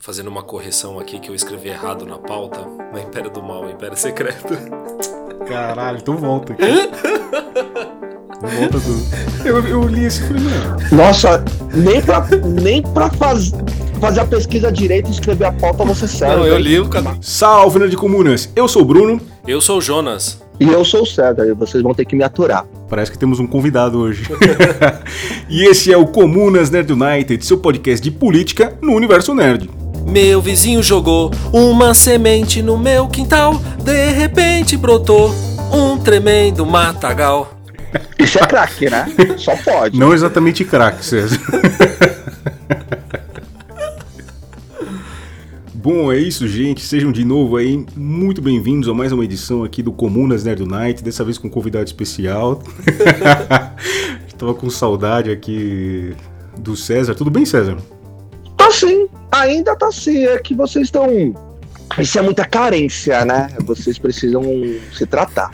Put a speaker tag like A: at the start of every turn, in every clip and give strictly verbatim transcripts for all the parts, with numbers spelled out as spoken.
A: Fazendo uma correção aqui que eu escrevi errado na pauta. Não é Império do Mal, é Império Secreto.
B: Caralho, então volta aqui. Volta tudo. Eu, eu li esse filme.
C: Nossa, nem pra, nem pra faz, fazer a pesquisa direito e escrever a pauta você serve.
A: Não, eu li o canal.
B: Salve, Nerd Comunas. Eu sou o Bruno.
A: Eu sou o Jonas.
C: E eu sou o César, e vocês vão ter que me aturar.
B: Parece que temos um convidado hoje. E esse é o Comunas Nerd United, seu podcast de política no universo nerd.
A: Meu vizinho jogou uma semente no meu quintal. De repente brotou um tremendo matagal.
C: Isso é craque, né? Só pode.
B: Não exatamente craque, César. Bom, é isso, gente. Sejam de novo aí muito bem-vindos a mais uma edição aqui do Comunas Nerd United, dessa vez com um convidado especial. Tava com saudade aqui do César. Tudo bem, César?
C: Tá sim, ainda tá sim. É que vocês estão... Isso é muita carência, né? Vocês precisam se tratar.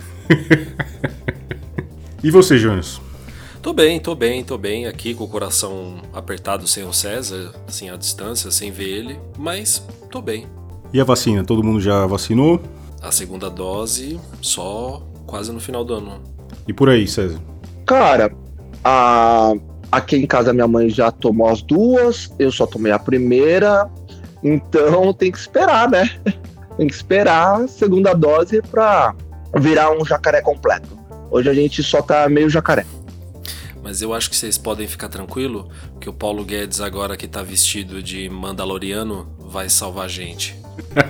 B: E você, Jonas?
A: Tô bem, tô bem, tô bem aqui com o coração apertado sem o César, assim, à distância, sem ver ele, mas tô bem.
B: E a vacina? Todo mundo já vacinou?
A: A segunda dose só quase no final do ano.
B: E por aí, César?
C: Cara, a... aqui em casa minha mãe já tomou as duas, eu só tomei a primeira, então tem que esperar, né? Tem que esperar a segunda dose pra virar um jacaré completo. Hoje a gente só tá meio jacaré.
A: Mas eu acho que vocês podem ficar tranquilo, que o Paulo Guedes agora que tá vestido de Mandaloriano vai salvar a gente.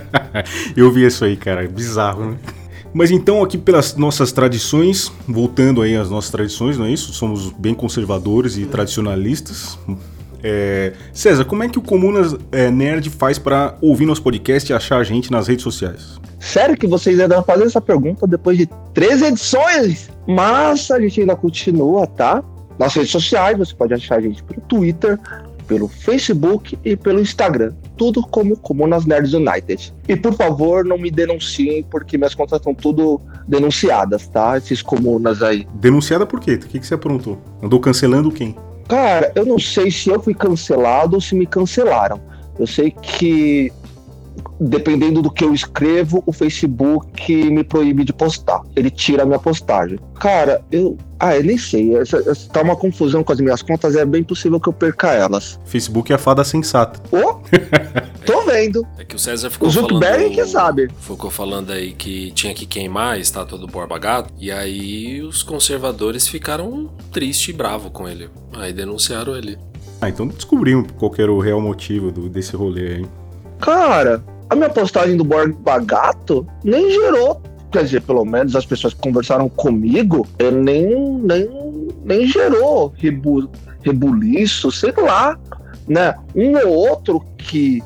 B: Eu vi isso aí, cara, é bizarro, né? Mas então, aqui pelas nossas tradições, voltando aí às nossas tradições, não é isso? Somos bem conservadores e tradicionalistas. É... César, como é que o Comunas é, Nerd faz pra ouvir nosso podcast e achar a gente nas redes sociais?
C: Sério que vocês ainda vão fazer essa pergunta depois de três edições? Mas a gente ainda continua, tá? Nas redes sociais, você pode achar a gente pelo Twitter, pelo Facebook e pelo Instagram. Tudo como Comunas Nerds United. E por favor, não me denunciem, porque minhas contas estão tudo denunciadas, tá? Esses comunas aí.
B: Denunciada por quê? O que, que você aprontou? Andou cancelando quem?
C: Cara, eu não sei se eu fui cancelado ou se me cancelaram. Eu sei que, dependendo do que eu escrevo, o Facebook me proíbe de postar. Ele tira a minha postagem. Cara, eu... Ah, eu nem sei. Essa, essa, tá uma confusão com as minhas contas. É bem possível que eu perca elas.
B: Facebook é a fada sensata.
C: Oh, tô vendo.
A: É que o César ficou
C: o Zuckerberg
A: falando...
C: que sabe.
A: Ficou falando aí que tinha que queimar a estátua do Borba Gato. E aí os conservadores ficaram tristes e bravos com ele. Aí denunciaram ele.
B: Ah, então descobrimos qual que era o real motivo do, desse rolê aí.
C: Cara, a minha postagem do Borba Gato nem gerou. Quer dizer, pelo menos as pessoas que conversaram comigo, nem, nem, nem gerou rebu, rebuliço, sei lá, né? Um ou outro que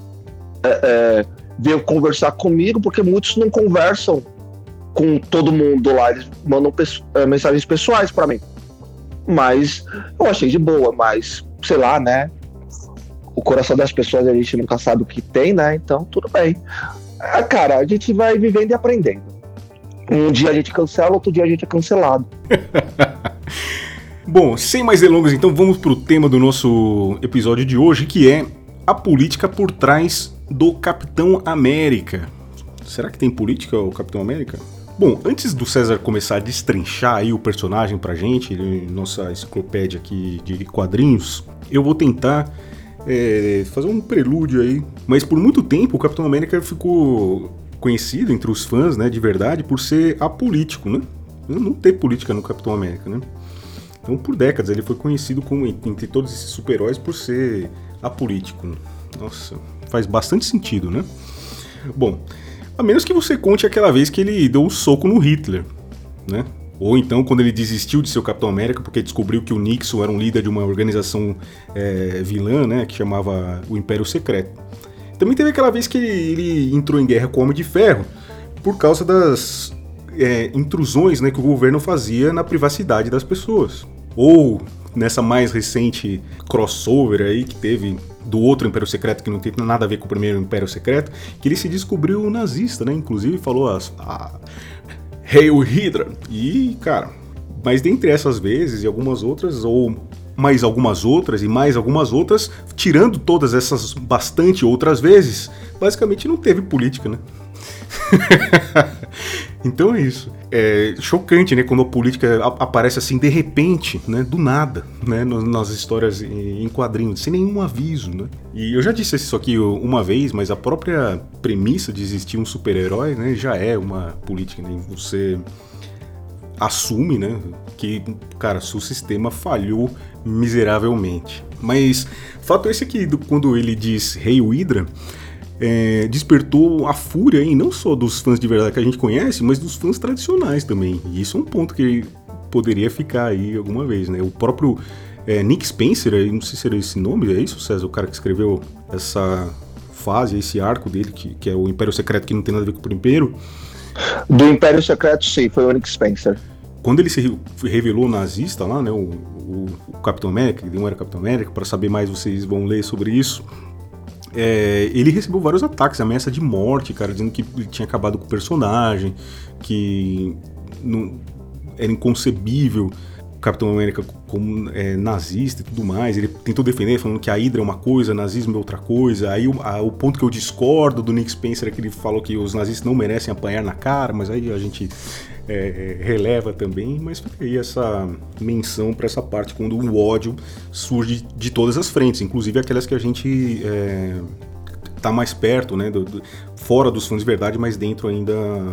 C: é, é, veio conversar comigo, porque muitos não conversam com todo mundo lá, eles mandam peço, é, mensagens pessoais pra mim. Mas eu achei de boa, mas, sei lá, né? O coração das pessoas a gente nunca sabe o que tem, né? Então, tudo bem. É, cara, a gente vai vivendo e aprendendo. Um dia a gente cancela, outro dia a gente é cancelado.
B: Bom, sem mais delongas, então vamos pro tema do nosso episódio de hoje, que é a política por trás do Capitão América. Será que tem política o Capitão América? Bom, antes do César começar a destrinchar aí o personagem pra gente, nossa enciclopédia aqui de quadrinhos, eu vou tentar é, fazer um prelúdio aí. Mas por muito tempo o Capitão América ficou conhecido entre os fãs, né, de verdade, por ser apolítico, né? Não ter política no Capitão América, né? Então, por décadas, ele foi conhecido como, entre todos esses super-heróis, por ser apolítico. Nossa, faz bastante sentido, né? Bom, a menos que você conte aquela vez que ele deu um soco no Hitler, né? Ou então quando ele desistiu de ser o Capitão América porque descobriu que o Nixon era um líder de uma organização é, vilã, né, que chamava o Império Secreto. Também teve aquela vez que ele entrou em guerra com o Homem de Ferro por causa das é, intrusões, né, que o governo fazia na privacidade das pessoas. Ou nessa mais recente crossover aí que teve do outro Império Secreto, que não tem nada a ver com o primeiro Império Secreto, que ele se descobriu nazista, né? Inclusive falou as, a Heil Hitler. E, cara, mas dentre essas vezes e algumas outras, ou mais algumas outras e mais algumas outras, tirando todas essas bastante outras vezes, basicamente não teve política, né? Então é isso. É chocante, né, quando a política aparece assim de repente, né, do nada, né, nas histórias em quadrinhos, sem nenhum aviso, né? E eu já disse isso aqui uma vez, mas a própria premissa de existir um super-herói, né, já é uma política, né? Você assume, né, que, cara, seu sistema falhou miseravelmente. Mas fato é esse aqui, quando ele diz Rei Hydra, É, despertou a fúria aí, não só dos fãs de verdade que a gente conhece, mas dos fãs tradicionais também. E isso é um ponto que poderia ficar aí alguma vez, né? O próprio é, Nick Spencer, não sei se era esse nome, é isso, César? O cara que escreveu essa fase, esse arco dele, que, que é o Império Secreto, que não tem nada a ver com o primeiro.
C: Do Império Secreto, sim, foi o Nick Spencer.
B: Quando ele se revelou nazista lá, né? O, o, o Capitão América, que não era Capitão América, para saber mais vocês vão ler sobre isso. É, ele recebeu vários ataques, ameaça de morte, cara, dizendo que ele tinha acabado com o personagem, que não, era inconcebível o Capitão América como é, nazista e tudo mais. Ele tentou defender, falando que a Hydra é uma coisa, nazismo é outra coisa. Aí o, a, o ponto que eu discordo do Nick Spencer é que ele falou que os nazistas não merecem apanhar na cara, mas aí a gente é, é, releva também. Mas fica aí essa menção para essa parte quando o ódio surge de todas as frentes, inclusive aquelas que a gente é, tá mais perto, né, do, do, fora dos fãs de verdade, mas dentro ainda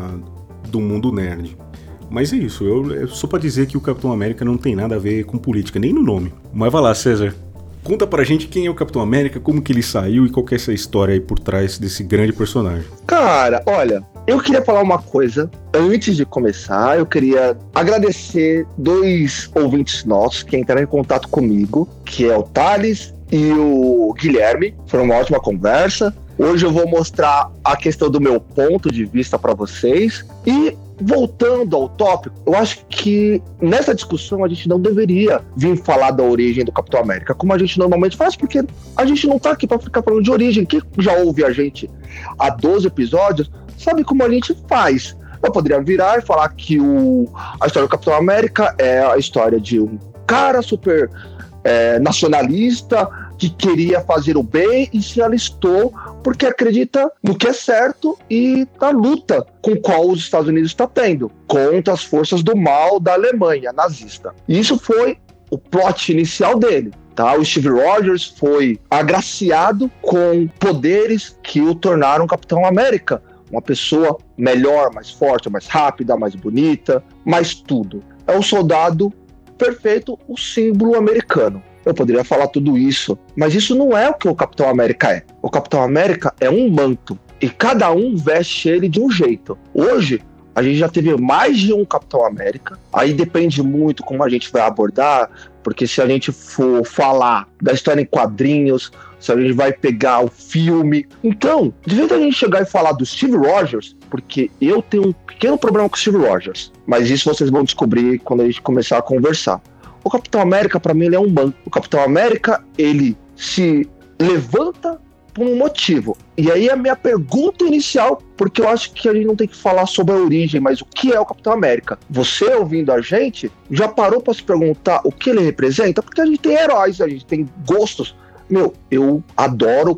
B: do mundo nerd. Mas é isso, eu, eu só pra dizer que o Capitão América não tem nada a ver com política, nem no nome. Mas vai lá, César, conta pra gente quem é o Capitão América, como que ele saiu e qual que é essa história aí por trás desse grande personagem.
C: Cara, olha, eu queria falar uma coisa. Antes de começar, eu queria agradecer dois ouvintes nossos que entraram em contato comigo, que é o Thales e o Guilherme. Foi uma ótima conversa. Hoje eu vou mostrar a questão do meu ponto de vista pra vocês. E voltando ao tópico, eu acho que nessa discussão a gente não deveria vir falar da origem do Capitão América, como a gente normalmente faz, porque a gente não tá aqui pra ficar falando de origem. Quem já ouve a gente há doze episódios sabe como a gente faz. Eu poderia virar e falar que o, a história do Capitão América é a história de um cara super é, nacionalista que queria fazer o bem e se alistou porque acredita no que é certo e na luta com qual os Estados Unidos está tendo contra as forças do mal da Alemanha nazista. Isso foi o plot inicial dele. Tá? O Steve Rogers foi agraciado com poderes que o tornaram Capitão América. Uma pessoa melhor, mais forte, mais rápida, mais bonita, mais tudo. É o soldado perfeito, o símbolo americano. Eu poderia falar tudo isso, mas isso não é o que o Capitão América é. O Capitão América é um manto, e cada um veste ele de um jeito. Hoje, a gente já teve mais de um Capitão América, aí depende muito como a gente vai abordar, porque se a gente for falar da história em quadrinhos, se a gente vai pegar o filme... Então, de vez a gente chegar e falar do Steve Rogers, porque eu tenho um pequeno problema com o Steve Rogers, mas isso vocês vão descobrir quando a gente começar a conversar. O Capitão América, pra mim, ele é um manto. O Capitão América, ele se levanta por um motivo. E aí a minha pergunta inicial, porque eu acho que a gente não tem que falar sobre a origem, mas o que é o Capitão América? Você, ouvindo a gente, já parou pra se perguntar o que ele representa? Porque a gente tem heróis, a gente tem gostos. Meu, eu adoro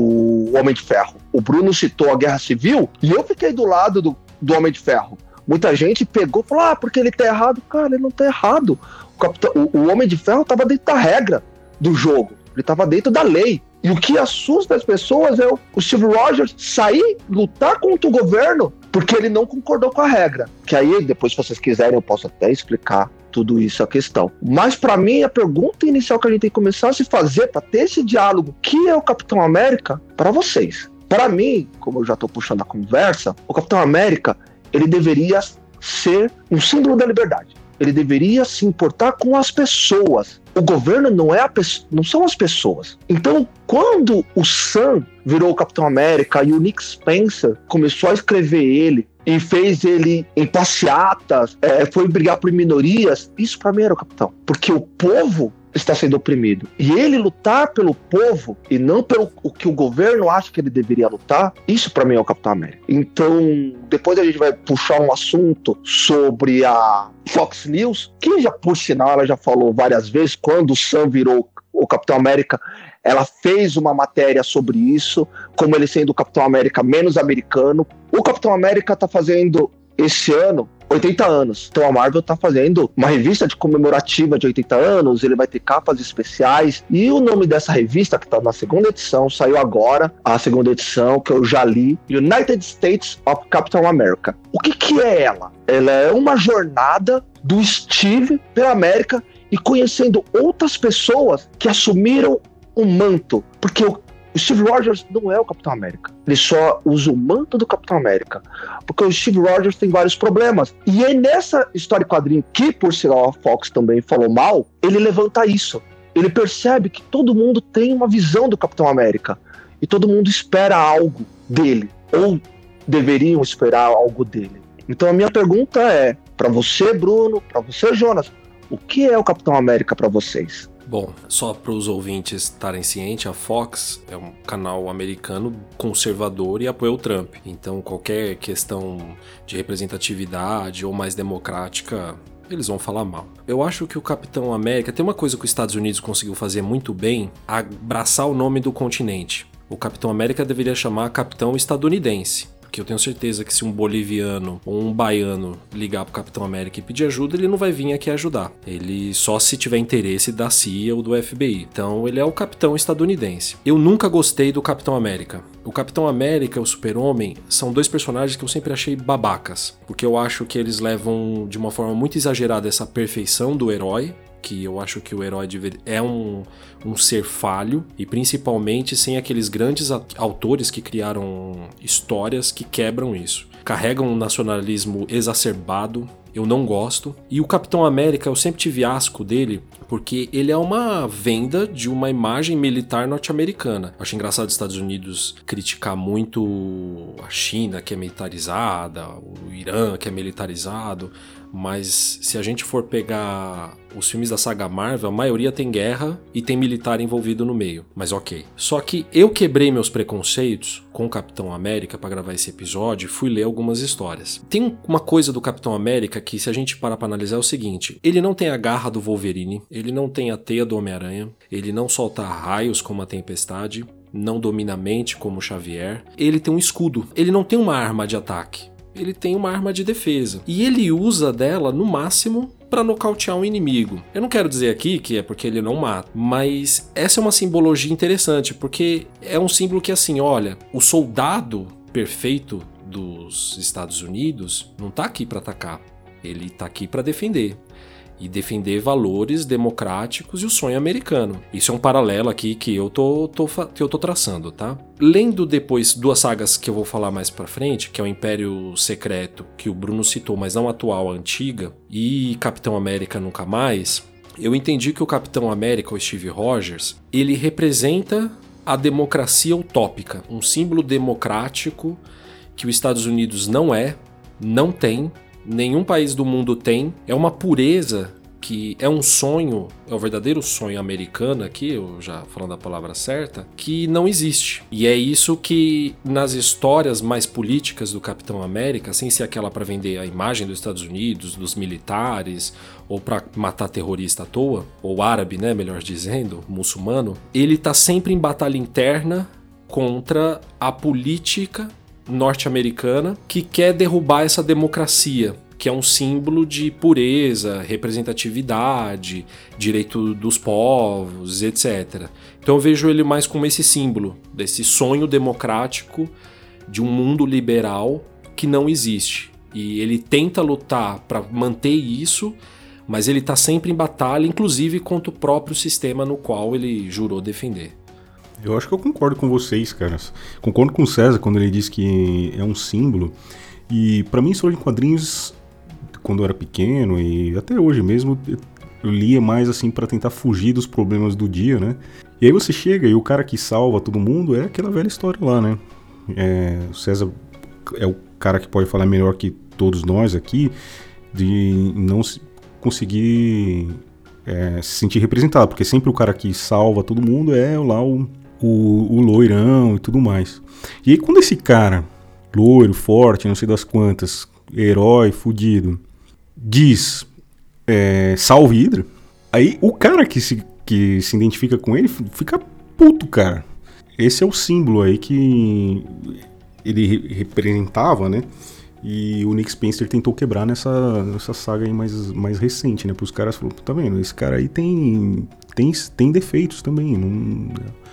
C: o Homem de Ferro. O Bruno citou a Guerra Civil e eu fiquei do lado do, do Homem de Ferro. Muita gente pegou e falou, ah, porque ele tá errado. Cara, ele não tá errado. O, Capitão, o, o Homem de Ferro tava dentro da regra do jogo. Ele tava dentro da lei. E o que assusta as pessoas é o, o Steve Rogers sair, lutar contra o governo, porque ele não concordou com a regra. Que aí, depois, se vocês quiserem, eu posso até explicar tudo isso, a questão. Mas, pra mim, a pergunta inicial que a gente tem que começar a se fazer para ter esse diálogo, que é o Capitão América, para vocês. Para mim, como eu já tô puxando a conversa, o Capitão América, ele deveria ser um símbolo da liberdade. Ele deveria se importar com as pessoas. O governo não, é a pe- não são as pessoas. Então, quando o Sam virou o Capitão América e o Nick Spencer começou a escrever ele e fez ele em passeatas, é, foi brigar por minorias, isso pra mim era o Capitão. Porque o povo está sendo oprimido. E ele lutar pelo povo e não pelo o que o governo acha que ele deveria lutar, isso para mim é o Capitão América. Então, depois a gente vai puxar um assunto sobre a Fox News, que já, por sinal, ela já falou várias vezes, quando o Sam virou o Capitão América, ela fez uma matéria sobre isso, como ele sendo o Capitão América menos americano. O Capitão América tá fazendo, esse ano, oitenta anos. Então a Marvel tá fazendo uma revista de comemorativa de oitenta anos, ele vai ter capas especiais, e o nome dessa revista, que tá na segunda edição, saiu agora, a segunda edição, que eu já li, United States of Captain America. O que que é ela? Ela é uma jornada do Steve pela América e conhecendo outras pessoas que assumiram o manto, porque o Steve Rogers não é o Capitão América, ele só usa o manto do Capitão América, porque o Steve Rogers tem vários problemas, e é nessa história e quadrinho, que por sinal a Fox também falou mal, ele levanta isso, ele percebe que todo mundo tem uma visão do Capitão América, e todo mundo espera algo dele, ou deveriam esperar algo dele. Então a minha pergunta é, para você, Bruno, para você, Jonas, o que é o Capitão América para vocês?
A: Bom, só para os ouvintes estarem cientes, a Fox é um canal americano conservador e apoia o Trump. Então qualquer questão de representatividade ou mais democrática, eles vão falar mal. Eu acho que o Capitão América... Tem uma coisa que os Estados Unidos conseguiu fazer muito bem, abraçar o nome do continente. O Capitão América deveria chamar Capitão Estadunidense. Porque eu tenho certeza que se um boliviano ou um baiano ligar pro Capitão América e pedir ajuda, ele não vai vir aqui ajudar. Ele só se tiver interesse da C I A ou do F B I. Então ele é o Capitão Estadunidense. Eu nunca gostei do Capitão América. O Capitão América e o Super-Homem são dois personagens que eu sempre achei babacas. Porque eu acho que eles levam de uma forma muito exagerada essa perfeição do herói, que eu acho que o herói é um, um ser falho, e principalmente sem aqueles grandes autores que criaram histórias que quebram isso. Carregam um nacionalismo exacerbado, eu não gosto. E o Capitão América, eu sempre tive asco dele, porque ele é uma venda de uma imagem militar norte-americana. Acho engraçado os Estados Unidos criticar muito a China, que é militarizada, o Irã, que é militarizado, mas se a gente for pegar os filmes da saga Marvel, a maioria tem guerra e tem militar envolvido no meio, mas ok. Só que eu quebrei meus preconceitos com o Capitão América para gravar esse episódio e fui ler algumas histórias. Tem uma coisa do Capitão América que, se a gente parar para analisar, é o seguinte: ele não tem a garra do Wolverine, ele não tem a teia do Homem-Aranha, ele não solta raios como a Tempestade, não domina a mente como o Xavier, ele tem um escudo, ele não tem uma arma de ataque. Ele tem uma arma de defesa. E ele usa dela, no máximo, para nocautear um inimigo. Eu não quero dizer aqui que é porque ele não mata, mas essa é uma simbologia interessante, porque é um símbolo que, assim, olha, o soldado perfeito dos Estados Unidos não tá aqui para atacar. Ele tá aqui para defender. E defender valores democráticos e o sonho americano. Isso é um paralelo aqui que eu tô, tô, que eu tô traçando, tá? Lendo depois duas sagas que eu vou falar mais pra frente, que é o Império Secreto, que o Bruno citou, mas não a atual, a antiga, e Capitão América Nunca Mais, eu entendi que o Capitão América, o Steve Rogers, ele representa a democracia utópica, um símbolo democrático que os Estados Unidos não é, não tem, nenhum país do mundo tem. É uma pureza que é um sonho, é o verdadeiro sonho americano aqui, eu já falando a palavra certa, que não existe. E é isso que nas histórias mais políticas do Capitão América, sem ser aquela para vender a imagem dos Estados Unidos, dos militares, ou para matar terrorista à toa, ou árabe, né, melhor dizendo, muçulmano, ele tá sempre em batalha interna contra a política norte-americana que quer derrubar essa democracia, que é um símbolo de pureza, representatividade, direito dos povos, etcétera. Então eu vejo ele mais como esse símbolo desse sonho democrático de um mundo liberal que não existe. E ele tenta lutar para manter isso, mas ele está sempre em batalha, inclusive contra o próprio sistema no qual ele jurou defender.
B: Eu acho que eu concordo com vocês, caras. Concordo com o César quando ele diz que é um símbolo. E pra mim, história de quadrinhos, quando eu era pequeno e até hoje mesmo, eu lia mais assim pra tentar fugir dos problemas do dia, né? E aí você chega e o cara que salva todo mundo é aquela velha história lá, né? É, o César é o cara que pode falar melhor que todos nós aqui, de não conseguir é, se sentir representado, porque sempre o cara que salva todo mundo é lá o, o, o loirão e tudo mais. E aí quando esse cara, loiro, forte, não sei das quantas, herói, fudido, diz é, salve Hydra, aí o cara que se, que se identifica com ele fica puto, cara. Esse é o símbolo aí que ele representava, né? E o Nick Spencer tentou quebrar nessa, nessa saga aí mais, mais recente, né? Para os caras falaram, tá vendo? Esse cara aí tem, tem, tem defeitos também. Não,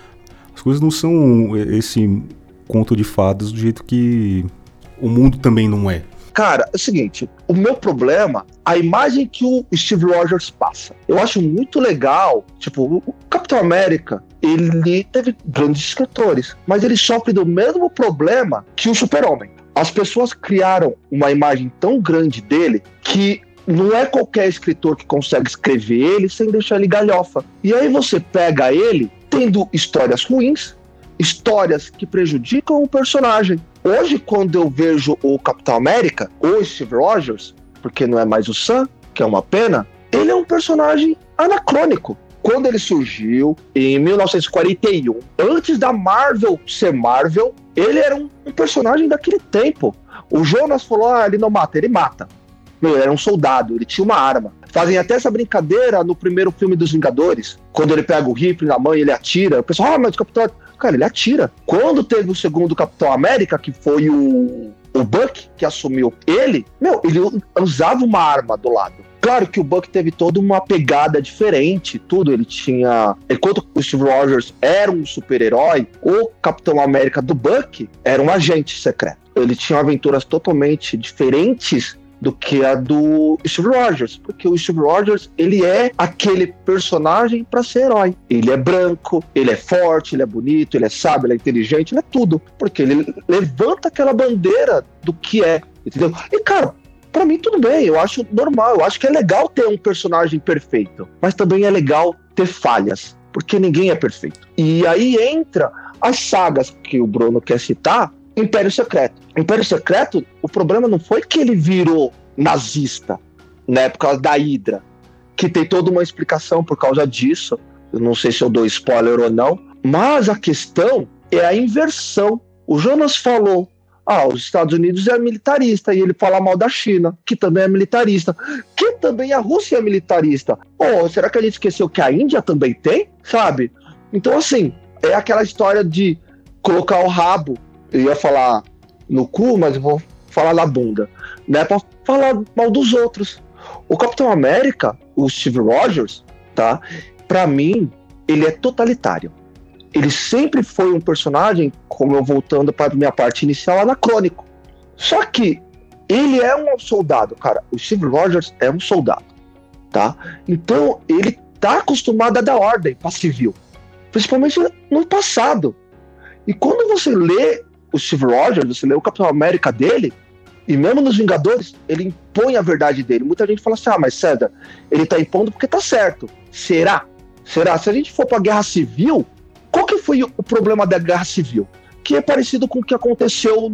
B: as coisas não são esse conto de fadas do jeito que o mundo também não é.
C: Cara, é o seguinte, o meu problema, a imagem que o Steve Rogers passa. Eu acho muito legal, tipo, o Capitão América, ele teve grandes escritores, mas ele sofre do mesmo problema que o Super-Homem. As pessoas criaram uma imagem tão grande dele que não é qualquer escritor que consegue escrever ele sem deixar ele galhofa. E aí você pega ele tendo histórias ruins, histórias que prejudicam o personagem. Hoje, quando eu vejo o Capitão América, ou Steve Rogers, porque não é mais o Sam, que é uma pena, ele é um personagem anacrônico. Quando ele surgiu, em mil novecentos e quarenta e um, antes da Marvel ser Marvel, ele era um, um personagem daquele tempo. O Jonas falou, ah, ele não mata, ele mata. Meu, ele era um soldado, ele tinha uma arma. Fazem até essa brincadeira no primeiro filme dos Vingadores, quando ele pega o rifle na mão e ele atira. O pessoal, ah, mas o Capitão... Cara, ele atira. Quando teve o segundo Capitão América, que foi o, o Buck, que assumiu ele, meu, ele usava uma arma do lado. Claro que o Buck teve toda uma pegada diferente, tudo. Ele tinha... Enquanto o Steve Rogers era um super-herói, o Capitão América do Buck era um agente secreto. Ele tinha aventuras totalmente diferentes do que a do Steve Rogers, porque o Steve Rogers, ele é aquele personagem para ser herói. Ele é branco, ele é forte, ele é bonito, ele é sábio, ele é inteligente, ele é tudo, porque ele levanta aquela bandeira do que é, entendeu? E cara, pra mim tudo bem, eu acho normal, eu acho que é legal ter um personagem perfeito, mas também é legal ter falhas, porque ninguém é perfeito. E aí entra as sagas que o Bruno quer citar, Império Secreto. Império Secreto, o problema não foi que ele virou nazista na época da Hydra, que tem toda uma explicação por causa disso. Eu não sei se eu dou spoiler ou não, mas a questão é a inversão. O Jonas falou, ah, os Estados Unidos é militarista, e ele fala mal da China, que também é militarista, que também a Rússia é militarista. Oh, será que a gente esqueceu que a Índia também tem? Sabe? Então, assim, é aquela história de colocar o rabo, eu ia falar no cu, mas eu vou falar na bunda, né, pra falar mal dos outros. O Capitão América, o Steve Rogers, tá, pra mim, ele é totalitário. Ele sempre foi um personagem, como eu voltando para minha parte inicial, anacrônico. Só que ele é um soldado, cara. O Steve Rogers é um soldado, tá? Então, ele tá acostumado a dar ordem pra civil, principalmente no passado. E quando você lê o Steve Rogers, você lê o Capitão América dele, e mesmo nos Vingadores, ele impõe a verdade dele. Muita gente fala assim, ah, mas César, ele tá impondo porque tá certo. Será? Será? Se a gente for pra Guerra Civil, qual que foi o problema da Guerra Civil? Que é parecido com o que aconteceu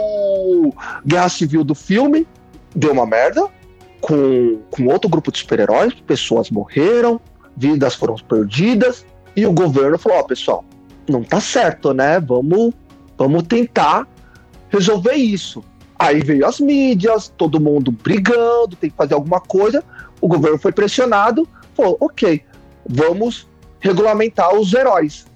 C: no Guerra Civil do filme, deu uma merda, com, com outro grupo de super-heróis, pessoas morreram, vidas foram perdidas, e o governo falou, ó, oh, pessoal, não tá certo, né? Vamos... Vamos tentar resolver isso. Aí veio as mídias, todo mundo brigando, tem que fazer alguma coisa. O governo foi pressionado, falou, ok, vamos regulamentar os heróis.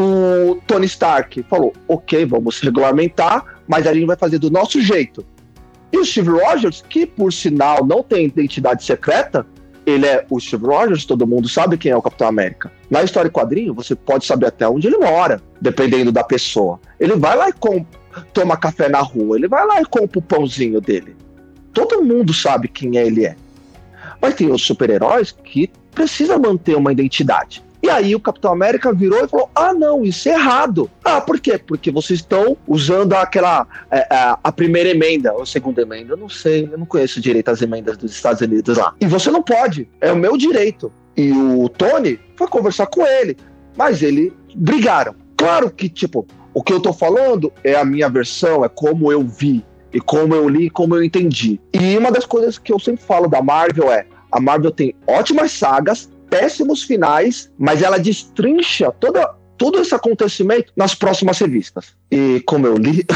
C: O Tony Stark falou, ok, vamos regulamentar, mas a gente vai fazer do nosso jeito. E o Steve Rogers, que por sinal não tem identidade secreta, ele é o Steve Rogers, todo mundo sabe quem é o Capitão América. Na história em quadrinho, você pode saber até onde ele mora, dependendo da pessoa. Ele vai lá e com... toma café na rua, ele vai lá e compra o pãozinho dele. Todo mundo sabe quem ele é. Mas tem os super-heróis que precisam manter uma identidade. E aí o Capitão América virou e falou, ah não, isso é errado. Ah, por quê? Porque vocês estão usando aquela, é, a, a primeira emenda, ou a segunda emenda, eu não sei, eu não conheço direito as emendas dos Estados Unidos lá. E você não pode, é o meu direito. E o Tony foi conversar com ele, mas eles brigaram. Claro que, tipo, o que eu tô falando é a minha versão, é como eu vi, e como eu li, e como eu entendi. E uma das coisas que eu sempre falo da Marvel é, a Marvel tem ótimas sagas, péssimos finais, mas ela destrincha toda, todo esse acontecimento nas próximas revistas. E como eu li,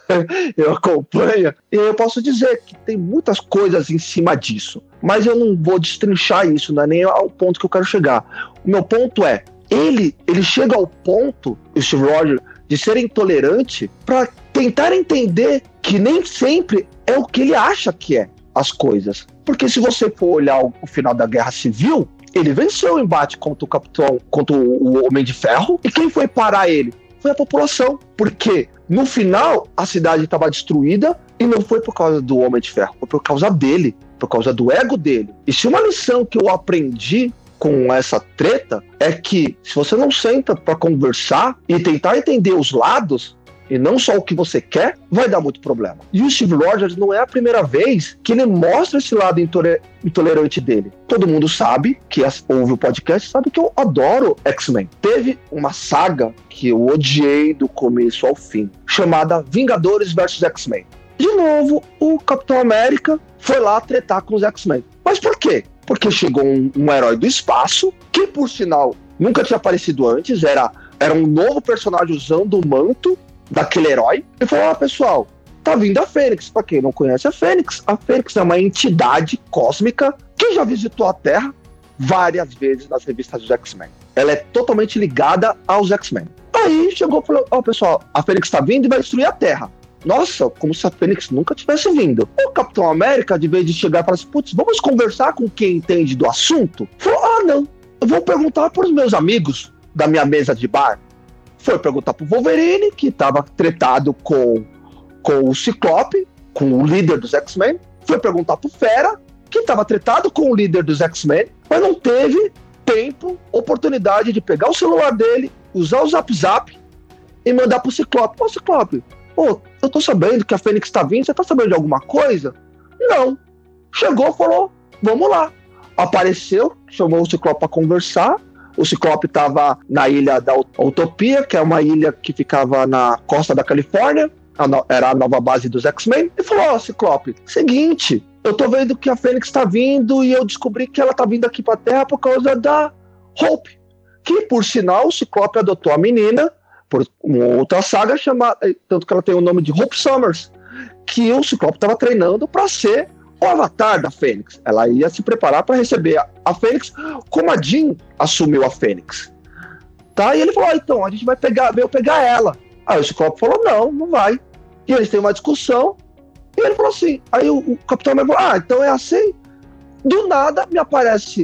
C: eu acompanho, e eu posso dizer que tem muitas coisas em cima disso, mas eu não vou destrinchar isso, não é nem ao ponto que eu quero chegar. O meu ponto é, ele, ele chega ao ponto, o Steve Rogers, de ser intolerante para tentar entender que nem sempre é o que ele acha que é as coisas. Porque se você for olhar o, o final da Guerra Civil, ele venceu o embate contra o Capitão, contra o Homem de Ferro, e quem foi parar ele? Foi a população. Porque no final a cidade estava destruída e não foi por causa do Homem de Ferro, foi por causa dele, por causa do ego dele. E se uma lição que eu aprendi com essa treta é que se você não senta para conversar e tentar entender os lados e não só o que você quer, vai dar muito problema. E o Steve Rogers não é a primeira vez que ele mostra esse lado intolerante dele. Todo mundo sabe, que ouve o podcast, sabe que eu adoro X-Men. Teve uma saga que eu odiei do começo ao fim, chamada Vingadores versus X-Men. De novo, o Capitão América foi lá tretar com os X-Men. Mas por quê? Porque chegou um, um herói do espaço, que por sinal nunca tinha aparecido antes, era, era um novo personagem usando o manto daquele herói, e falou, ah, pessoal, tá vindo a Fênix. Pra quem não conhece a Fênix, a Fênix é uma entidade cósmica que já visitou a Terra várias vezes nas revistas dos X-Men. Ela é totalmente ligada aos X-Men. Aí chegou e falou, ó, oh, pessoal, a Fênix tá vindo e vai destruir a Terra. Nossa, como se a Fênix nunca tivesse vindo. O Capitão América, de vez de chegar e falar assim, putz, vamos conversar com quem entende do assunto? Falou, ah, não, eu vou perguntar para os meus amigos da minha mesa de bar. Foi perguntar pro Wolverine, que estava tretado com, com o Ciclope, com o líder dos X-Men. Foi perguntar pro Fera, que estava tretado com o líder dos X-Men, mas não teve tempo, oportunidade de pegar o celular dele, usar o Zap Zap e mandar pro Ciclope. Pô, Ciclope, pô, eu tô sabendo que a Fênix tá vindo, você tá sabendo de alguma coisa? Não. Chegou, falou, vamos lá. Apareceu, chamou o Ciclope pra conversar. O Ciclope estava na ilha da Utopia, que é uma ilha que ficava na costa da Califórnia, a no, era a nova base dos X-Men, e falou, ó, oh, Ciclope, seguinte, eu tô vendo que a Fênix tá vindo e eu descobri que ela tá vindo aqui pra Terra por causa da Hope, que, por sinal, o Ciclope adotou a menina por uma outra saga, chamada, tanto que ela tem o nome de Hope Summers, que o Ciclope estava treinando para ser o avatar da Fênix. Ela ia se preparar para receber a, a Fênix, como a Jean assumiu a Fênix. Tá? E ele falou, ah, então, a gente vai pegar, veio pegar ela. Aí o Ciclope falou, não, não vai. E eles têm uma discussão, e ele falou assim, aí o, o Capitão América falou, ah, então é assim. Do nada me aparece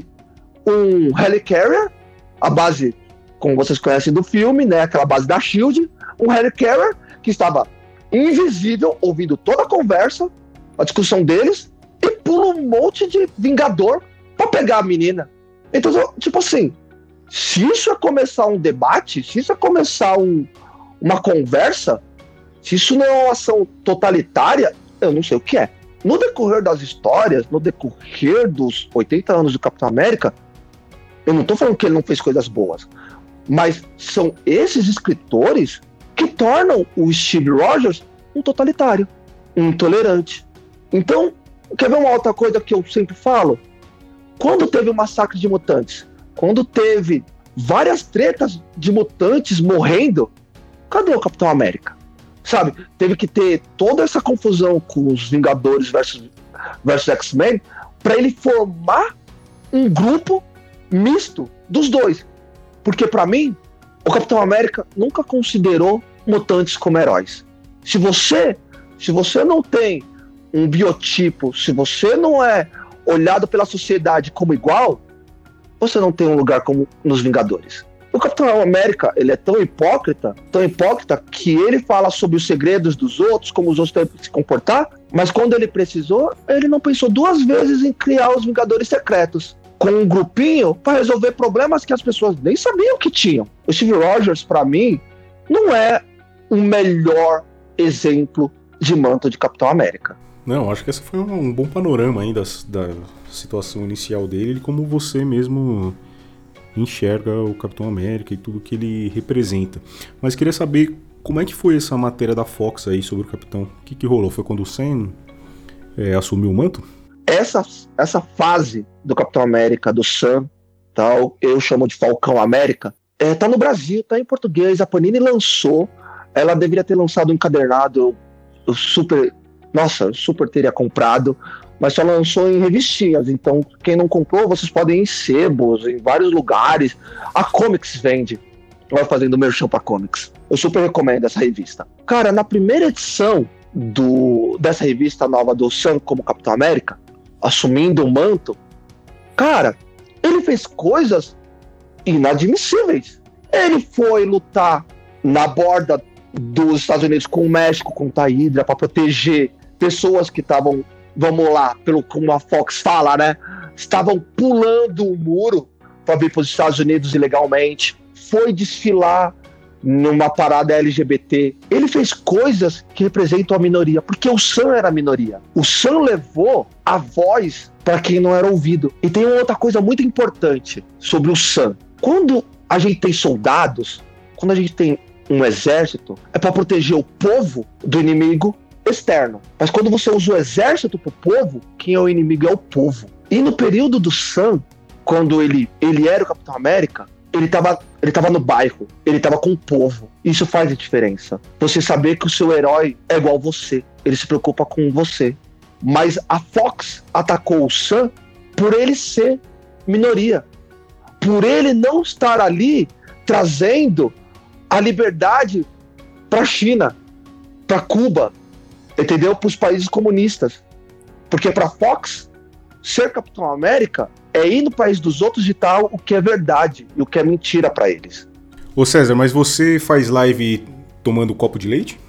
C: um Helicarrier, a base, como vocês conhecem do filme, né, aquela base da SHIELD, um Helicarrier que estava invisível, ouvindo toda a conversa, a discussão deles, e pula um monte de Vingador pra pegar a menina. Então, tipo assim, se isso é começar um debate, se isso é começar um, uma conversa, se isso não é uma ação totalitária, eu não sei o que é. No decorrer das histórias, no decorrer dos oitenta anos do Capitão América, eu não tô falando que ele não fez coisas boas, mas são esses escritores que tornam o Steve Rogers um totalitário, um intolerante. Então, quer ver uma outra coisa que eu sempre falo? Quando teve o massacre de mutantes, quando teve várias tretas de mutantes morrendo, cadê o Capitão América? Sabe, teve que ter toda essa confusão com os Vingadores versus, versus X-Men para ele formar um grupo misto dos dois. Porque para mim, o Capitão América nunca considerou mutantes como heróis. Se você, se você não tem um biotipo, se você não é olhado pela sociedade como igual, você não tem um lugar como nos Vingadores. O Capitão América, ele é tão hipócrita, tão hipócrita, que ele fala sobre os segredos dos outros, como os outros têm que se comportar, mas quando ele precisou, ele não pensou duas vezes em criar os Vingadores Secretos, com um grupinho para resolver problemas que as pessoas nem sabiam que tinham. O Steve Rogers, para mim, não é o melhor exemplo de manto de Capitão América.
B: Não, acho que esse foi um, um bom panorama ainda da situação inicial dele, como você mesmo enxerga o Capitão América e tudo que ele representa. Mas queria saber como é que foi essa matéria da Fox aí sobre o Capitão. O que, que rolou? Foi quando o Sam é, assumiu o manto?
C: Essa, essa fase do Capitão América, do Sam, tal, eu chamo de Falcão América, é, tá no Brasil, tá em português, a Panini lançou, ela deveria ter lançado um encadernado, eu super, nossa, super teria comprado, mas só lançou em revistinhas, então quem não comprou, vocês podem ir em sebos, em vários lugares, a Comics vende, vai fazendo merchan pra Comics, eu super recomendo essa revista. Cara, na primeira edição do, dessa revista nova do Sam como Capitão América, assumindo o manto, cara, ele fez coisas inadmissíveis. Ele foi lutar na borda dos Estados Unidos com o México, contra a Hydra, para proteger pessoas que estavam, vamos lá, pelo como a Fox fala, né? Estavam pulando o muro para vir para os Estados Unidos ilegalmente. Foi desfilar numa parada L G B T. Ele fez coisas que representam a minoria, porque o Sam era a minoria. O Sam levou a voz para quem não era ouvido. E tem uma outra coisa muito importante sobre o Sam. Quando a gente tem soldados, quando a gente tem um exército, é para proteger o povo do inimigo externo. Mas quando você usa o exército pro povo, quem é o inimigo é o povo. E no período do Sam, quando ele, ele era o Capitão América, ele tava, ele tava no bairro, ele tava com o povo. Isso faz a diferença. Você saber que o seu herói é igual você, ele se preocupa com você. Mas a Fox atacou o Sam por ele ser minoria, por ele não estar ali trazendo a liberdade para a China, para Cuba, entendeu? Para os países comunistas. Porque para a Fox, ser Capitão América é ir no país dos outros de tal o que é verdade e o que é mentira para eles.
B: Ô César, mas você faz live tomando copo de leite?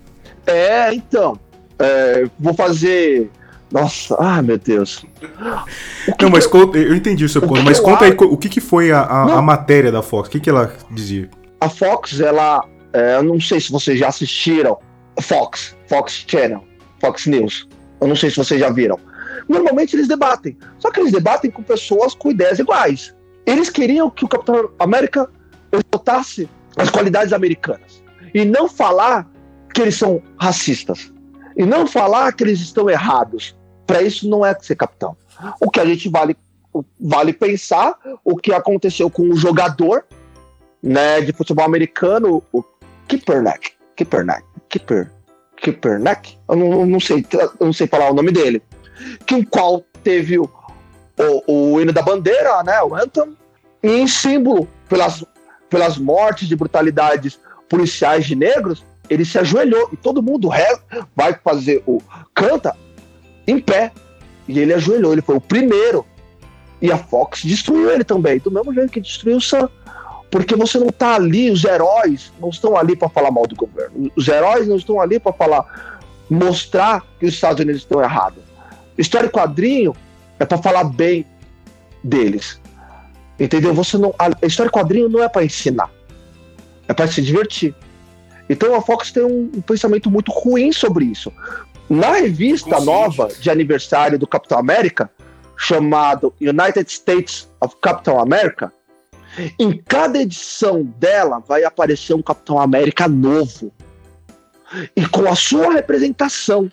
C: É, então. É, vou fazer... Nossa, ah, meu Deus.
B: Não, mas eu, conta, eu entendi o seu ponto, mas conta aí o que, que foi a, a, a matéria da Fox, o que, que ela dizia?
C: A Fox, ela, é, eu não sei se vocês já assistiram Fox, Fox Channel, Fox News, eu não sei se vocês já viram. Normalmente eles debatem, só que eles debatem com pessoas com ideias iguais. Eles queriam que o Capitão América exaltasse as qualidades americanas e não falar que eles são racistas e não falar que eles estão errados. Para isso não é ser capitão. O que a gente vale, vale pensar, o que aconteceu com o jogador, né, de futebol americano, o Kaepernick, Kaepernick, Kaeper, Kaepernick, eu não, não sei, eu não sei falar o nome dele, que o qual teve o, o, o hino da bandeira, né, o anthem, e em símbolo pelas, pelas mortes de brutalidades policiais de negros, ele se ajoelhou e todo mundo vai fazer o canta em pé. E ele ajoelhou, ele foi o primeiro. E a Fox destruiu ele também, do mesmo jeito que destruiu o Sam. Porque você não tá ali, os heróis não estão ali para falar mal do governo. Os heróis não estão ali para falar, mostrar que os Estados Unidos estão errados. História e quadrinho é para falar bem deles. Entendeu? Você não, a história e quadrinho não é para ensinar, é para se divertir. Então a Fox tem um, um pensamento muito ruim sobre isso. Na revista nova de aniversário do Capitão América, chamado United States of Captain America, em cada edição dela vai aparecer um Capitão América novo. E com a sua representação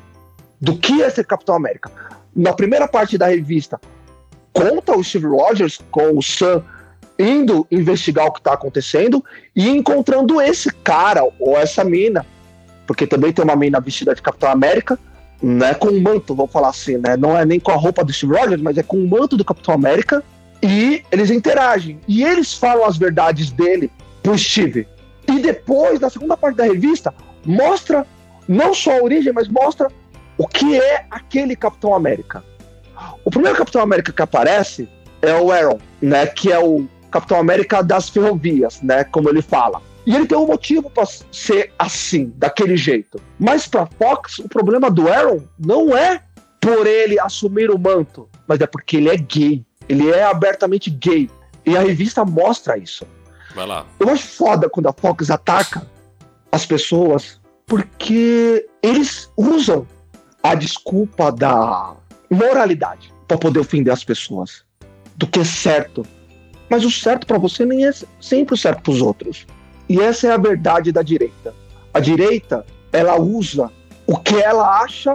C: do que é ser Capitão América. Na primeira parte da revista, conta o Steve Rogers com o Sam indo investigar o que está acontecendo e encontrando esse cara ou essa mina, porque também tem uma mina vestida de Capitão América, né, com um manto, vamos falar assim, né, não é nem com a roupa do Steve Rogers, mas é com o manto do Capitão América, e eles interagem, e eles falam as verdades dele pro Steve. E depois, na segunda parte da revista, mostra não só a origem, mas mostra o que é aquele Capitão América. O primeiro Capitão América que aparece é o Aaron, né, que é o Capitão América das ferrovias, né, como ele fala. E ele tem um motivo para ser assim, daquele jeito. Mas para Fox, o problema do Aaron não é por ele assumir o manto, mas é porque ele é gay. Ele é abertamente gay. E a revista mostra isso.
A: Vai lá.
C: Eu acho foda quando a Fox ataca as pessoas, porque eles usam a desculpa da moralidade para poder ofender as pessoas. Do que é certo. Mas o certo para você nem é sempre o certo para os outros. E essa é a verdade da direita. A direita, ela usa o que ela acha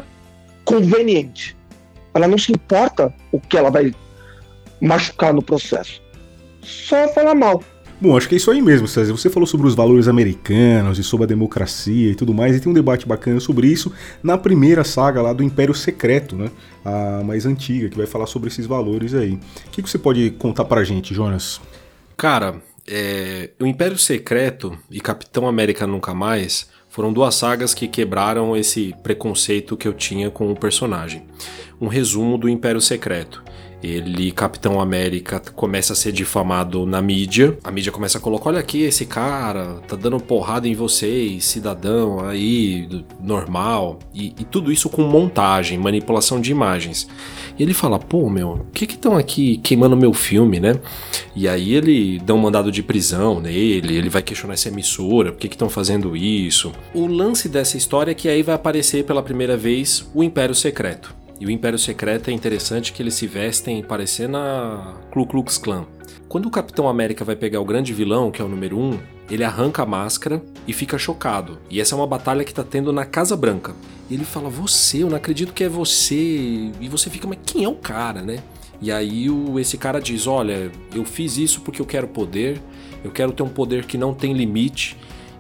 C: conveniente. Ela não se importa o que ela vai machucar no processo. só falar mal.
B: Bom, acho que é isso aí mesmo, César. Você falou sobre os valores americanos e sobre a democracia e tudo mais, e tem um debate bacana sobre isso na primeira saga lá do Império Secreto, né? A mais antiga, que vai falar sobre esses valores aí. O que, que você pode contar pra gente, Jonas?
A: Cara, é... o Império Secreto e Capitão América Nunca Mais foram duas sagas que quebraram esse preconceito que eu tinha com o personagem. Um resumo do Império Secreto. Ele, Capitão América, começa a ser difamado na mídia. A mídia começa a colocar, olha aqui, esse cara tá dando porrada em vocês, cidadão aí, normal. E, e tudo isso com montagem, manipulação de imagens. E ele fala, pô, meu, o que que estão aqui queimando meu filme, né? E aí ele dá um mandado de prisão nele, ele vai questionar essa emissora, por que que estão fazendo isso? O lance dessa história é que aí vai aparecer pela primeira vez o Império Secreto. E o Império Secreto é interessante que eles se vestem parecendo a Ku Klux Klan. Quando o Capitão América vai pegar o grande vilão, que é o número um, ele arranca a máscara e fica chocado. E essa é uma batalha que tá tendo na Casa Branca. E ele fala, você, eu não acredito que é você. E você fica, mas quem é o cara, né? E aí o, esse cara diz, olha, eu fiz isso porque eu quero poder, eu quero ter um poder que não tem limite,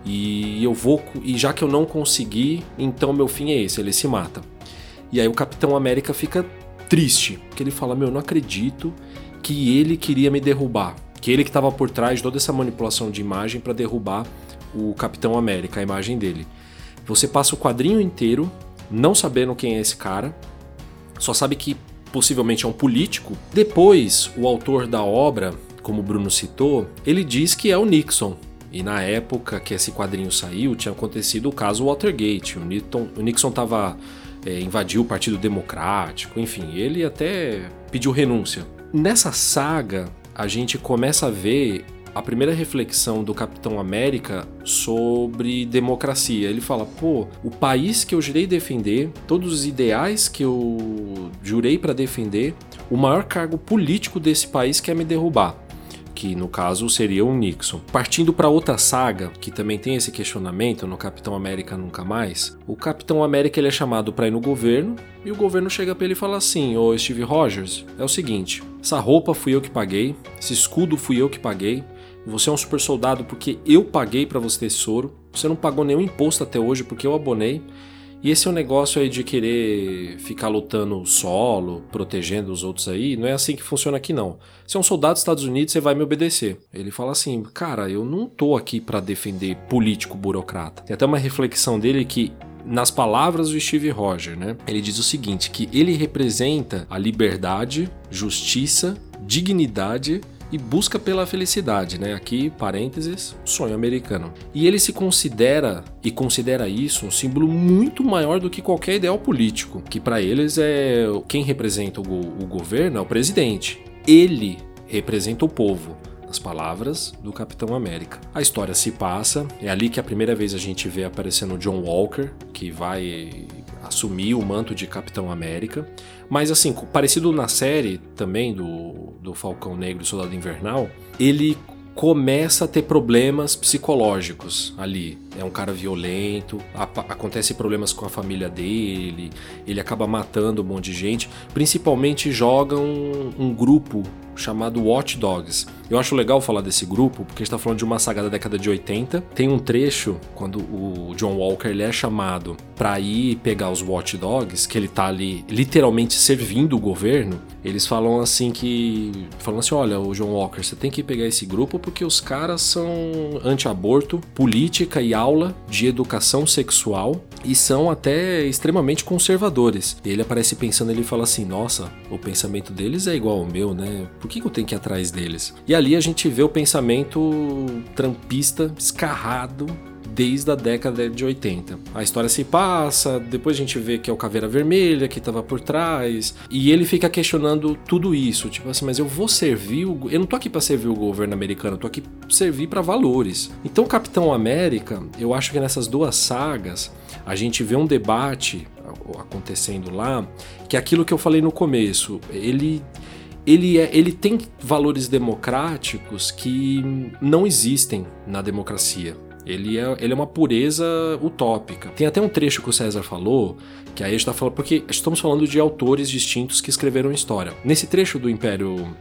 A: e eu vou, e já que eu não consegui, então meu fim é esse, ele se mata. E aí o Capitão América fica triste, porque ele fala, meu, eu não acredito que ele queria me derrubar, que ele que estava por trás de toda essa manipulação de imagem para derrubar o Capitão América, a imagem dele. Você passa o quadrinho inteiro não sabendo quem é esse cara, só sabe que possivelmente é um político. Depois, o autor da obra, como o Bruno citou, ele diz que é o Nixon. E na época que esse quadrinho saiu, tinha acontecido o caso Watergate. O Nixon, o Nixon tava, é, invadiu o Partido Democrático, enfim, ele até pediu renúncia. Nessa saga, a gente começa a ver a primeira reflexão do Capitão América sobre democracia. Ele fala, pô, o país que eu jurei defender, todos os ideais que eu jurei para defender, o maior cargo político desse país quer me derrubar, que no caso seria o Nixon. Partindo para outra saga, que também tem esse questionamento no Capitão América Nunca Mais, o Capitão América ele é chamado para ir no governo, e o governo chega para ele e fala assim, ô Steve Rogers, é o seguinte, essa roupa fui eu que paguei, esse escudo fui eu que paguei, você é um super soldado porque eu paguei para você ter esse soro, você não pagou nenhum imposto até hoje porque eu abonei, e esse é um negócio aí de querer ficar lutando solo, protegendo os outros aí, não é assim que funciona aqui não. Você é um soldado dos Estados Unidos, você vai me obedecer. Ele fala assim, cara, eu não tô aqui para defender político burocrata. Tem até uma reflexão dele que, nas palavras do Steve Rogers, né, ele diz o seguinte, que ele representa a liberdade, justiça, dignidade e busca pela felicidade, né? Aqui, parênteses, sonho americano. E ele se considera, e considera isso, um símbolo muito maior do que qualquer ideal político, que para eles é quem representa o, o governo é o presidente. Ele representa o povo. As palavras do Capitão América. A história se passa, é ali que a primeira vez a gente vê aparecendo o John Walker, que vai assumir o manto de Capitão América. Mas assim, parecido na série também do, do Falcão Negro e Soldado Invernal, ele começa a ter problemas psicológicos ali. É um cara violento, acontece problemas com a família dele, ele acaba matando um monte de gente, principalmente joga um, um grupo chamado Watch Dogs. Eu acho legal falar desse grupo, porque a gente tá falando de uma saga da década de oitenta. Tem um trecho, quando o John Walker ele é chamado pra ir pegar os Watch Dogs, que ele tá ali literalmente servindo o governo, eles falam assim que... Falam assim, olha, o John Walker, você tem que pegar esse grupo porque os caras são anti-aborto, política e aula de educação sexual e são até extremamente conservadores. E ele aparece pensando, ele fala assim, nossa, o pensamento deles é igual ao meu, né? Por que eu tenho que ir atrás deles? E ali a gente vê o pensamento trampista escarrado desde a década de oitenta. A história se passa, depois a gente vê que é o Caveira Vermelha que estava por trás, e ele fica questionando tudo isso, tipo assim, mas eu vou servir, o... eu não tô aqui para servir o governo americano, eu tô aqui para servir para valores. Então o Capitão América, eu acho que nessas duas sagas, a gente vê um debate acontecendo lá, que é aquilo que eu falei no começo, ele... Ele, é, ele tem valores democráticos que não existem na democracia. Ele é, ele é uma pureza utópica. Tem até um trecho que o César falou, que aí a gente tá falando, porque estamos falando de autores distintos que escreveram história. Nesse trecho do Império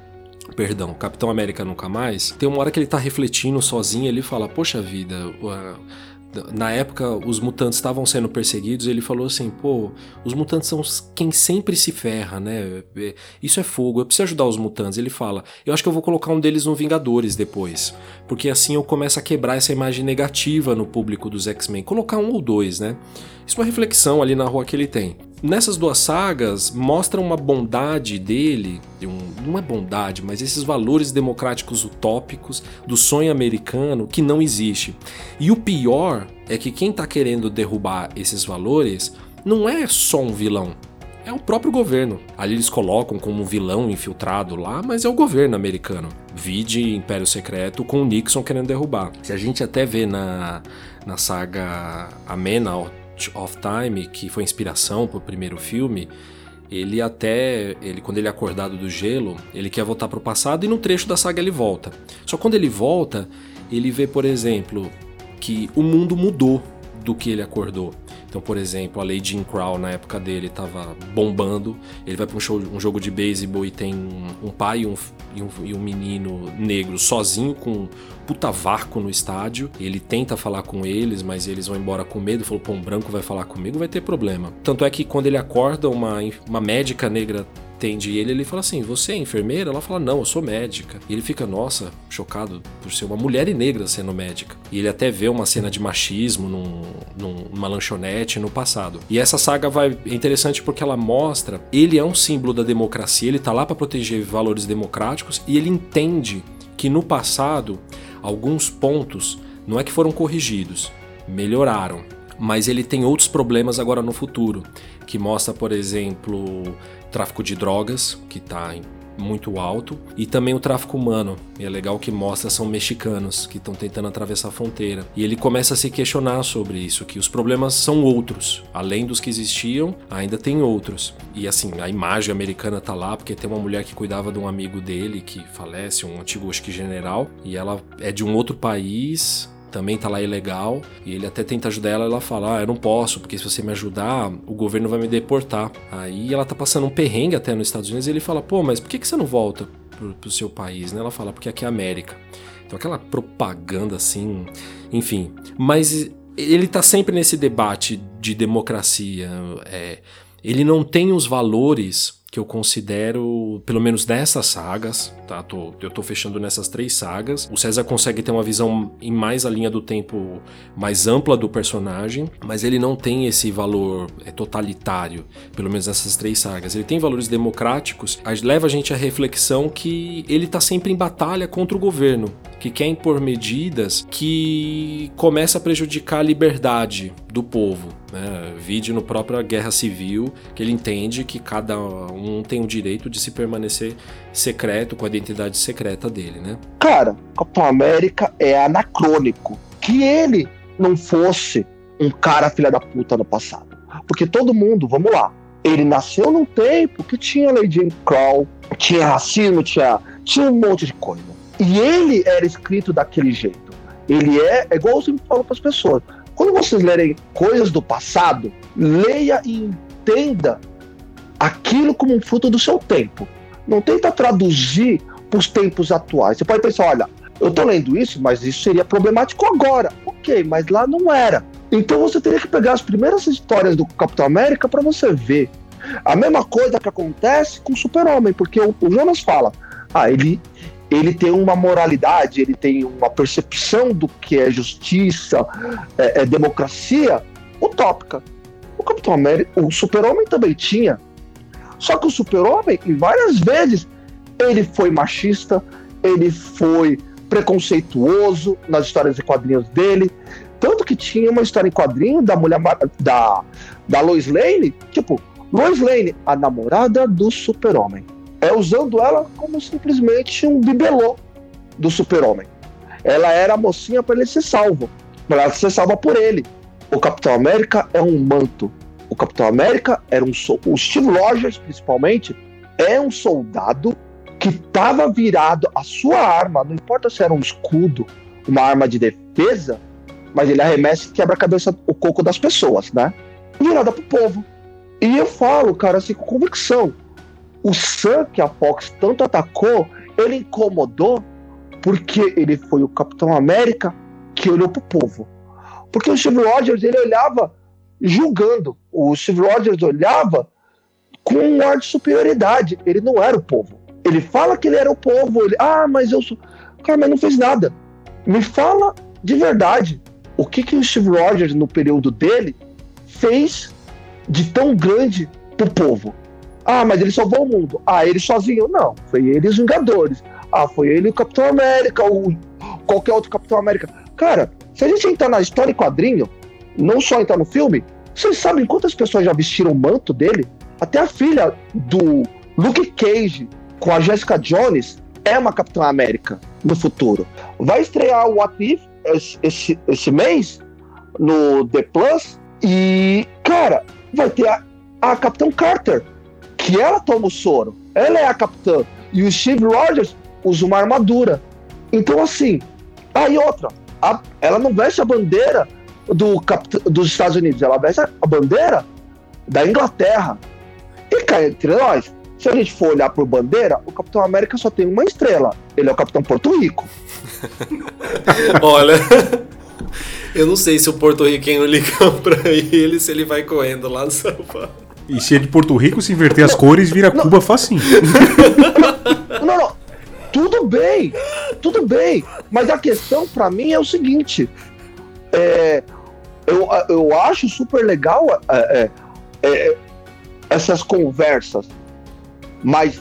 A: Perdão, Capitão América Nunca Mais, tem uma hora que ele tá refletindo sozinho, ele fala, poxa vida, na época os mutantes estavam sendo perseguidos, ele falou assim, pô, os mutantes são quem sempre se ferra, né, isso é fogo, eu preciso ajudar os mutantes. Ele fala, eu acho que eu vou colocar um deles no Vingadores depois, porque assim eu começo a quebrar essa imagem negativa no público dos X-Men, colocar um ou dois, né, isso é uma reflexão ali na rua que ele tem. Nessas duas sagas, mostra uma bondade dele, um, não é bondade, mas esses valores democráticos utópicos do sonho americano que não existe. E o pior é que quem tá querendo derrubar esses valores não é só um vilão, é o próprio governo. Ali eles colocam como um vilão infiltrado lá, mas é o governo americano. Vide Império Secreto com o Nixon querendo derrubar. Se a gente até vê na, na saga A Man of Time, que foi inspiração pro primeiro filme, ele até, ele, quando ele é acordado do gelo, ele quer voltar pro passado e no trecho da saga ele volta. Só que quando ele volta, ele vê, por exemplo, que o mundo mudou do que ele acordou. Então, por exemplo, a lei Jim Crow na época dele estava bombando, ele vai para um, show, um jogo de beisebol e tem um, um pai e um, e, um, e um menino negro sozinho com um puta vácuo no estádio, ele tenta falar com eles, mas eles vão embora com medo, falou, pô, um branco vai falar comigo, vai ter problema. Tanto é que quando ele acorda, uma, uma médica negra atende ele, ele fala assim, você é enfermeira? Ela fala, não, eu sou médica. E ele fica, nossa, chocado por ser uma mulher negra sendo médica. E ele até vê uma cena de machismo num, numa lanchonete no passado. E essa saga vai, é interessante porque ela mostra, ele é um símbolo da democracia, ele tá lá para proteger valores democráticos e ele entende que no passado, alguns pontos não é que foram corrigidos, melhoraram. Mas ele tem outros problemas agora no futuro, que mostra, por exemplo, tráfico de drogas, que está muito alto, e também o tráfico humano. E é legal que mostra, são mexicanos que estão tentando atravessar a fronteira. E ele começa a se questionar sobre isso, que os problemas são outros. Além dos que existiam, ainda tem outros. E assim, a imagem americana tá lá, porque tem uma mulher que cuidava de um amigo dele, que falece, um antigo, acho que general, e ela é de um outro país, também tá lá ilegal, e ele até tenta ajudar ela, ela fala, ah, eu não posso, porque se você me ajudar, o governo vai me deportar. Aí ela tá passando um perrengue até nos Estados Unidos, e ele fala, pô, mas por que que você não volta pro, pro seu país, né? Ela fala, porque aqui é América. Então aquela propaganda assim, enfim. Mas ele tá sempre nesse debate de democracia, é, ele não tem os valores que eu considero, pelo menos dessas sagas, tá? Tô, eu tô fechando nessas três sagas. O César consegue ter uma visão em mais a linha do tempo mais ampla do personagem, mas ele não tem esse valor totalitário, pelo menos nessas três sagas. Ele tem valores democráticos, leva a gente à reflexão que ele tá sempre em batalha contra o governo, que quer impor medidas que começa a prejudicar a liberdade do povo, né? Vide no própria Guerra Civil, que ele entende que cada um tem o direito de se permanecer secreto, com a identidade secreta dele, né?
C: Cara, Capitão América é anacrônico. Que ele não fosse um cara filha da puta no passado. Porque todo mundo, vamos lá, ele nasceu num tempo que tinha lei Jim Crow, tinha racismo, tinha, tinha um monte de coisa. E ele era escrito daquele jeito. Ele é, é igual eu sempre falo para as pessoas. Quando vocês lerem coisas do passado, leia e entenda aquilo como um fruto do seu tempo. Não tenta traduzir para os tempos atuais. Você pode pensar, olha, eu estou lendo isso, mas isso seria problemático agora. Ok, mas lá não era. Então você teria que pegar as primeiras histórias do Capitão América para você ver. A mesma coisa que acontece com o Super-Homem, porque o, o Jonas fala, ah, ele... ele tem uma moralidade, ele tem uma percepção do que é justiça, é, é democracia, utópica. O Capitão América, o Super-Homem também tinha. Só que o Super-Homem, em várias vezes, ele foi machista, ele foi preconceituoso nas histórias e quadrinhos dele. Tanto que tinha uma história em quadrinho da mulher da, da Lois Lane, tipo, Lois Lane, a namorada do Super-Homem. É usando ela como simplesmente um bibelô do Super-Homem. Ela era a mocinha para ele ser salvo, para ela ser salva por ele. O Capitão América é um manto. O Capitão América era um soldado. O Steve Rogers, principalmente, é um soldado que estava virado a sua arma, não importa se era um escudo, uma arma de defesa, mas ele arremessa e quebra a cabeça, o coco das pessoas, né? Virada pro povo. E eu falo, cara, assim, com convicção. O Sam, que a Fox tanto atacou, ele incomodou porque ele foi o Capitão América que olhou pro povo. Porque o Steve Rogers, ele olhava julgando. O Steve Rogers olhava com um ar de superioridade. Ele não era o povo. Ele fala que ele era o povo. Ele, ah, mas eu sou... Cara, mas não fez nada. Me fala de verdade. O que, que o Steve Rogers, no período dele, fez de tão grande pro povo? Ah, mas ele salvou o mundo. Ah, ele sozinho? Não. Foi ele e os Vingadores. Ah, foi ele e o Capitão América, ou qualquer outro Capitão América. Cara, se a gente entrar na história e quadrinho, não só entrar no filme, vocês sabem quantas pessoas já vestiram o manto dele? Até a filha do Luke Cage com a Jessica Jones é uma Capitã América no futuro. Vai estrear o What If esse, esse, esse mês no The Plus e, cara, vai ter a, a Capitã Carter, que ela toma o soro. Ela é a capitã. E o Steve Rogers usa uma armadura. Então, assim... Aí ah, outra, a, ela não veste a bandeira do capitã, dos Estados Unidos, ela veste a, a bandeira da Inglaterra. E, cara, entre nós, se a gente for olhar por bandeira, o Capitão América só tem uma estrela. Ele é o Capitão Porto Rico.
A: Olha... Eu não sei se o porto-riquenho liga pra ele, se ele vai correndo lá no São Paulo.
B: E se é de Porto Rico, se inverter as cores, vira não. Cuba facinho.
C: Não, não. Tudo bem. Tudo bem. Mas a questão pra mim é o seguinte. É, eu, eu acho super legal é, é, é, essas conversas. Mas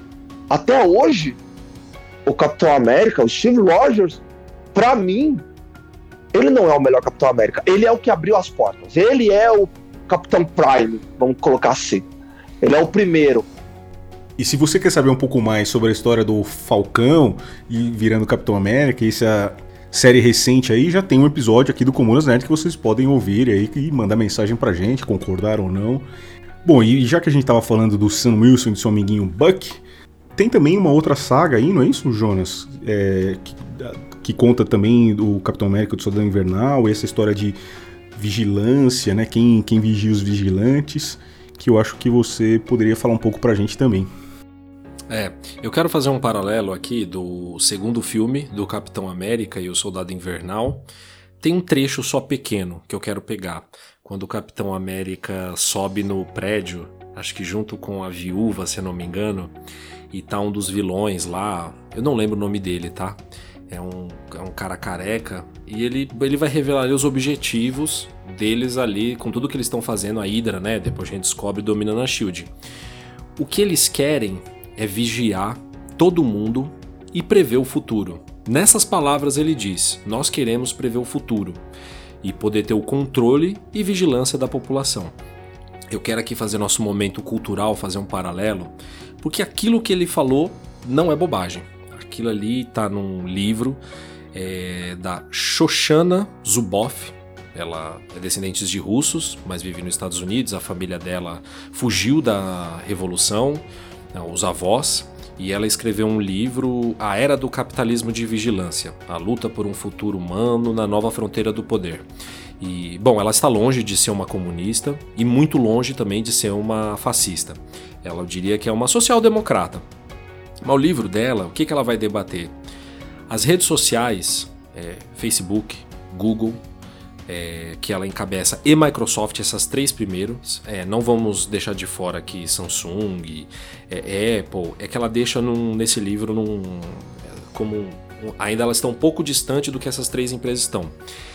C: até hoje, o Capitão América, o Steve Rogers, pra mim, ele não é o melhor Capitão América. Ele é o que abriu as portas. Ele é o Capitão Prime, vamos colocar assim. Ele é o primeiro.
B: E se você quer saber um pouco mais sobre a história do Falcão e virando Capitão América, essa série recente aí, já tem um episódio aqui do Comunas Nerd que vocês podem ouvir aí e mandar mensagem pra gente, concordar ou não. Bom, e já que a gente tava falando do Sam Wilson e do seu amiguinho Buck, tem também uma outra saga aí, não é isso, Jonas? É, que, que conta também do Capitão América, do Soldado Invernal, e essa história de vigilância, né? Quem, quem vigia os vigilantes, que eu acho que você poderia falar um pouco pra gente também.
A: É, eu quero fazer um paralelo aqui do segundo filme do Capitão América e o Soldado Invernal. Tem um trecho só pequeno que eu quero pegar. Quando o Capitão América sobe no prédio, acho que junto com a viúva, se eu não me engano, e tá um dos vilões lá, eu não lembro o nome dele, tá? É um, é um cara careca, e ele, ele vai revelar ali os objetivos deles ali, com tudo que eles estão fazendo, a Hydra, né? Depois a gente descobre dominando a Shield. O que eles querem é vigiar todo mundo e prever o futuro. Nessas palavras ele diz, nós queremos prever o futuro e poder ter o controle e vigilância da população. Eu quero aqui fazer nosso momento cultural, fazer um paralelo, porque aquilo que ele falou não é bobagem. Aquilo ali está num livro é, da Shoshana Zuboff. Ela é descendente de russos, mas vive nos Estados Unidos. A família dela fugiu da Revolução, os avós, e ela escreveu um livro, A Era do Capitalismo de Vigilância, a luta por um futuro humano na nova fronteira do poder. E, bom, ela está longe de ser uma comunista e muito longe também de ser uma fascista. Ela eu diria que é uma social-democrata. Mas o livro dela, o que, que ela vai debater? As redes sociais, é, Facebook, Google, é, que ela encabeça, e Microsoft, essas três primeiras, é, não vamos deixar de fora aqui Samsung, é, Apple, é que ela deixa num, nesse livro num, como um, ainda elas estão um pouco distante do que essas três empresas estão.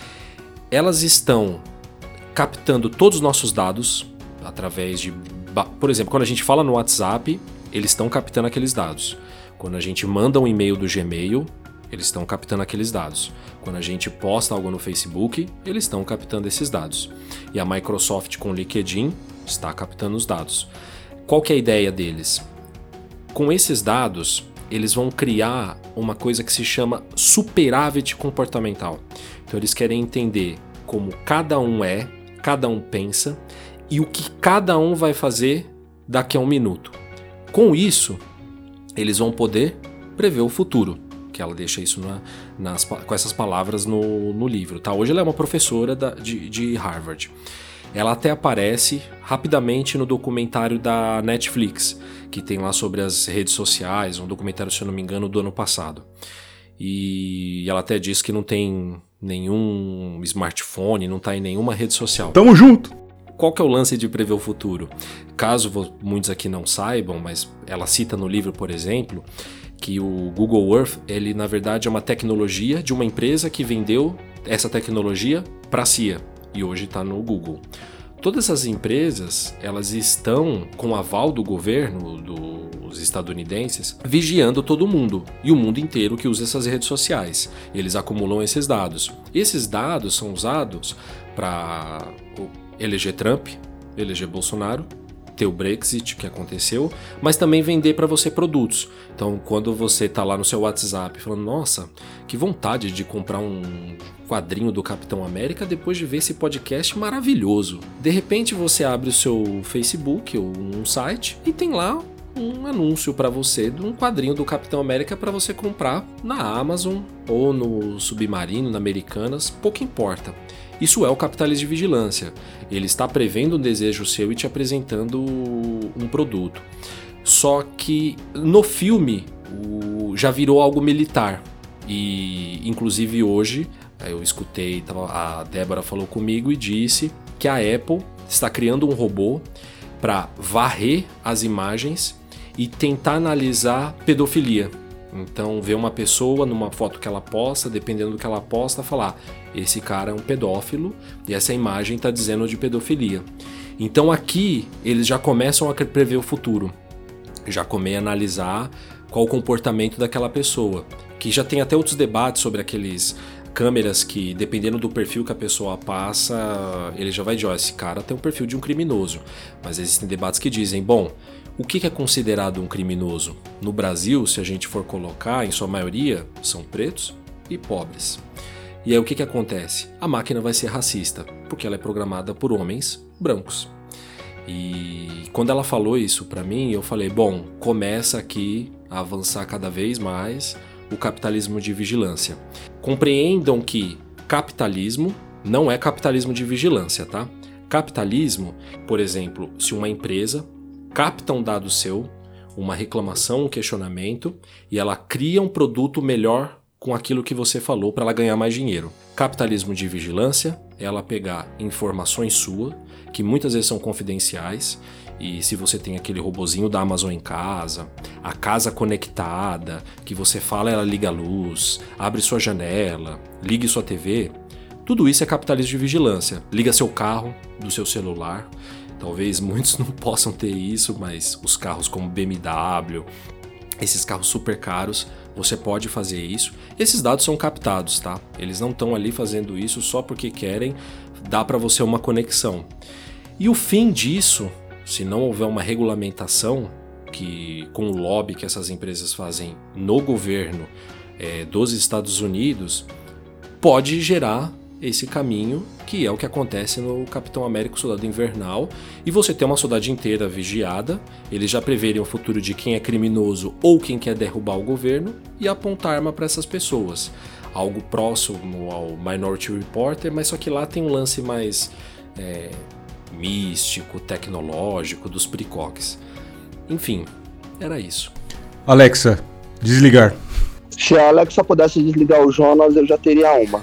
A: Elas estão captando todos os nossos dados através de, por exemplo, quando a gente fala no WhatsApp, eles estão captando aqueles dados. Quando a gente manda um e-mail do Gmail, eles estão captando aqueles dados. Quando a gente posta algo no Facebook, eles estão captando esses dados. E a Microsoft com o LinkedIn está captando os dados. Qual que é a ideia deles? Com esses dados, eles vão criar uma coisa que se chama superávit comportamental. Então eles querem entender como cada um é, cada um pensa e o que cada um vai fazer daqui a um minuto. Com isso, eles vão poder prever o futuro. Que ela deixa isso na, nas, com essas palavras no, no livro. Tá? Hoje ela é uma professora da, de, de Harvard. ela até aparece rapidamente no documentário da Netflix, que tem lá sobre as redes sociais, um documentário, se eu não me engano, do ano passado. E ela até diz que não tem nenhum smartphone, não está em nenhuma rede social.
B: Tamo junto!
A: Qual que é o lance de prever o futuro? Caso muitos aqui não saibam, mas ela cita no livro, por exemplo, que o Google Earth, ele na verdade é uma tecnologia de uma empresa que vendeu essa tecnologia para a C I A e hoje está no Google. Todas essas empresas, elas estão com aval do governo, dos estadunidenses, vigiando todo mundo e o mundo inteiro que usa essas redes sociais. Eles acumulam esses dados. Esses dados são usados para eleger Trump, eleger Bolsonaro, ter o Brexit que aconteceu, mas também vender para você produtos. Então, quando você tá lá no seu WhatsApp falando, nossa, que vontade de comprar um quadrinho do Capitão América depois de ver esse podcast maravilhoso. De repente você abre o seu Facebook ou um site e tem lá um anúncio para você de um quadrinho do Capitão América para você comprar na Amazon ou no Submarino, na Americanas, pouco importa. Isso é o capitalismo de vigilância. Ele está prevendo um desejo seu e te apresentando um produto. Só que no filme o, já virou algo militar. E inclusive hoje eu escutei, a Débora falou comigo e disse que a Apple está criando um robô para varrer as imagens e tentar analisar pedofilia. Então, ver uma pessoa numa foto que ela posta, dependendo do que ela posta, falar, esse cara é um pedófilo e essa imagem está dizendo de pedofilia. Então aqui eles já começam a prever o futuro, já começam a analisar qual o comportamento daquela pessoa, que já tem até outros debates sobre aqueles câmeras que, dependendo do perfil que a pessoa passa, ele já vai dizer, ó, esse cara tem um perfil de um criminoso. Mas existem debates que dizem, bom, o que é considerado um criminoso? No Brasil, se a gente for colocar, em sua maioria, são pretos e pobres. E aí o que, que acontece? A máquina vai ser racista, porque ela é programada por homens brancos. E quando ela falou isso pra mim, eu falei, bom, começa aqui a avançar cada vez mais o capitalismo de vigilância. Compreendam que capitalismo não é capitalismo de vigilância, tá? Capitalismo, por exemplo, se uma empresa capta um dado seu, uma reclamação, um questionamento, e ela cria um produto melhor com aquilo que você falou para ela ganhar mais dinheiro. Capitalismo de vigilância é ela pegar informações suas, que muitas vezes são confidenciais, e se você tem aquele robozinho da Amazon em casa, a casa conectada, que você fala, ela liga a luz, abre sua janela, ligue sua T V, tudo isso é capitalismo de vigilância. Liga seu carro do seu celular. Talvez muitos não possam ter isso, mas os carros como B M W, esses carros super caros, você pode fazer isso. Esses dados são captados, tá? Eles não estão ali fazendo isso só porque querem dar para você uma conexão. E o fim disso, se não houver uma regulamentação, que com o lobby que essas empresas fazem no governo é, dos Estados Unidos, pode gerar esse caminho, que é o que acontece no Capitão América, o Soldado Invernal, e você tem uma sociedade inteira vigiada, eles já preverem o futuro de quem é criminoso ou quem quer derrubar o governo e apontar arma para essas pessoas. Algo próximo ao Minority Reporter, mas só que lá tem um lance mais é, místico, tecnológico, dos precogs. Enfim, era isso.
B: Alexa, desligar.
C: Se a Alexa pudesse desligar o Jonas, eu já teria uma.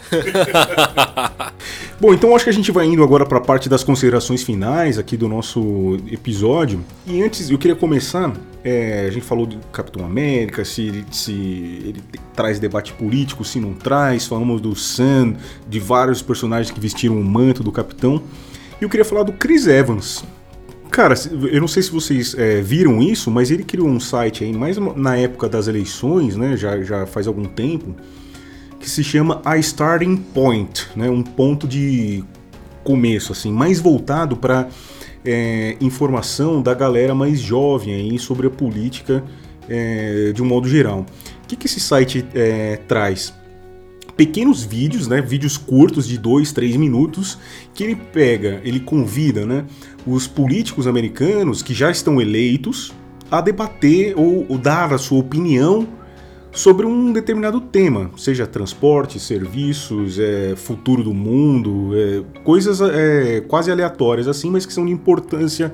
B: Bom, então acho que a gente vai indo agora para a parte das considerações finais aqui do nosso episódio. E antes, eu queria começar, é, a gente falou do Capitão América, se ele, se ele traz debate político, se não traz. Falamos do Sam, de vários personagens que vestiram o manto do Capitão. E eu queria falar do Chris Evans. Cara, eu não sei se vocês é, viram isso, mas ele criou um site aí, mais na época das eleições, né, já, já faz algum tempo, que se chama A Starting Point, né, um ponto de começo, assim, mais voltado para é, informação da galera mais jovem aí sobre a política é, de um modo geral. O que, que esse site é, traz? Pequenos vídeos, né, vídeos curtos de dois, três minutos, que ele pega, ele convida, né, os políticos americanos que já estão eleitos a debater ou, ou dar a sua opinião sobre um determinado tema, seja transporte, serviços, é, futuro do mundo, é, coisas é, quase aleatórias assim, mas que são de importância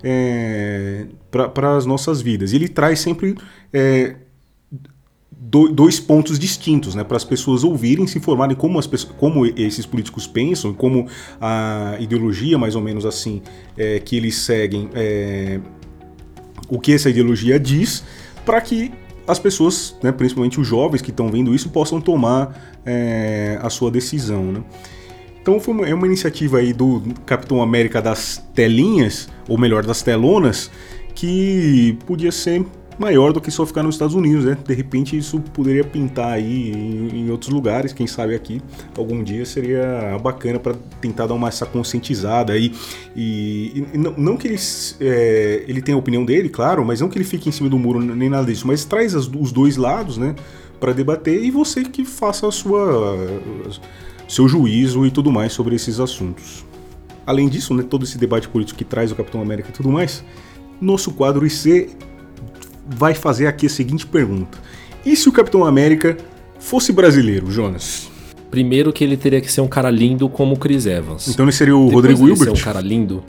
B: é, para as nossas vidas. E ele traz sempre é, do, dois pontos distintos, né, para as pessoas ouvirem, se informarem como, as pessoas, como esses políticos pensam, como a ideologia, mais ou menos assim, é, que eles seguem, é, o que essa ideologia diz, para que as pessoas, né, principalmente os jovens que estão vendo isso, possam tomar é, a sua decisão, né? Então foi uma, é uma iniciativa aí do Capitão América das telinhas, ou melhor, das telonas, que podia ser maior do que só ficar nos Estados Unidos, né? De repente isso poderia pintar aí em, em outros lugares, quem sabe aqui algum dia seria bacana para tentar dar uma essa conscientizada aí. E, e não, não que ele, é, ele tenha a opinião dele, claro, mas não que ele fique em cima do muro nem nada disso, mas traz as, os dois lados, né, para debater, e você que faça a sua, seu juízo e tudo mais sobre esses assuntos. Além disso, né, todo esse debate político que traz o Capitão América e tudo mais, nosso quadro I C vai fazer aqui a seguinte pergunta: e se o Capitão América fosse brasileiro, Jonas?
A: Primeiro que ele teria que ser um cara lindo como o Chris Evans.
B: Então ele seria o
A: Depois
B: Rodrigo
A: ele
B: Hilbert?
A: Ser um cara lindo.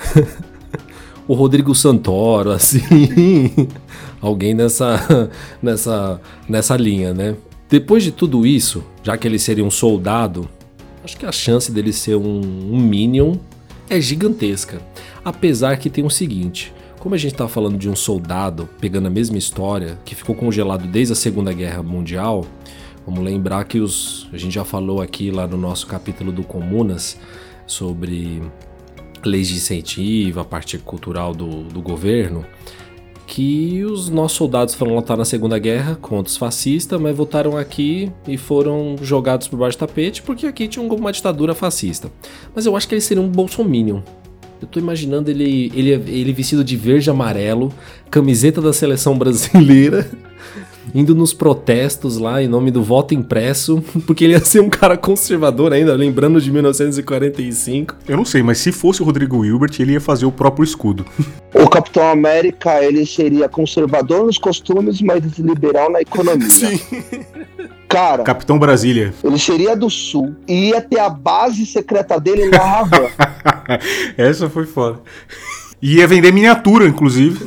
A: O Rodrigo Santoro, assim. Alguém nessa, nessa, nessa linha, né? Depois de tudo isso, já que ele seria um soldado, acho que a chance dele ser um, um Minion é gigantesca. Apesar que tem o seguinte: como a gente tá falando de um soldado pegando a mesma história, que ficou congelado desde a Segunda Guerra Mundial, vamos lembrar que os, a gente já falou aqui lá no nosso capítulo do Comunas sobre leis de incentivo, a parte cultural do, do governo, que os nossos soldados foram lutar na Segunda Guerra contra os fascistas, mas voltaram aqui e foram jogados por baixo do tapete porque aqui tinha uma ditadura fascista. Mas eu acho que ele seria um bolsominion. Eu tô imaginando ele, ele, ele vestido de verde e amarelo, camiseta da seleção brasileira, indo nos protestos lá em nome do voto impresso, porque ele ia ser um cara conservador ainda, lembrando de mil novecentos e quarenta e cinco.
B: Eu não sei, mas se fosse o Rodrigo Hilbert, ele ia fazer o próprio escudo.
C: O Capitão América, ele seria conservador nos costumes, mas liberal na economia.
B: Sim.
C: Cara,
B: Capitão Brasília.
C: Ele seria do Sul e ia ter a base secreta dele na Havana.
B: Essa foi foda. E ia vender miniatura, inclusive.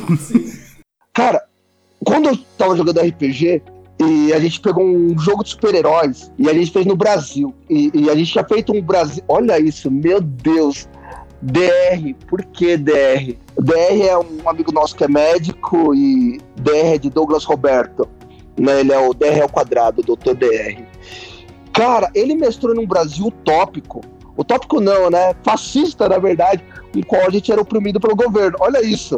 C: Cara, quando eu tava jogando R P G, e a gente pegou um jogo de super-heróis e a gente fez no Brasil. E, e a gente tinha feito um Brasil. Olha isso, meu Deus. D R, por que D R? D R é um amigo nosso que é médico e D R é de Douglas Roberto. Né? Ele é o D R ao quadrado, doutor D R. Cara, ele mestrou num Brasil utópico. Utópico não, né? Fascista, na verdade, em qual a gente era oprimido pelo governo. Olha isso.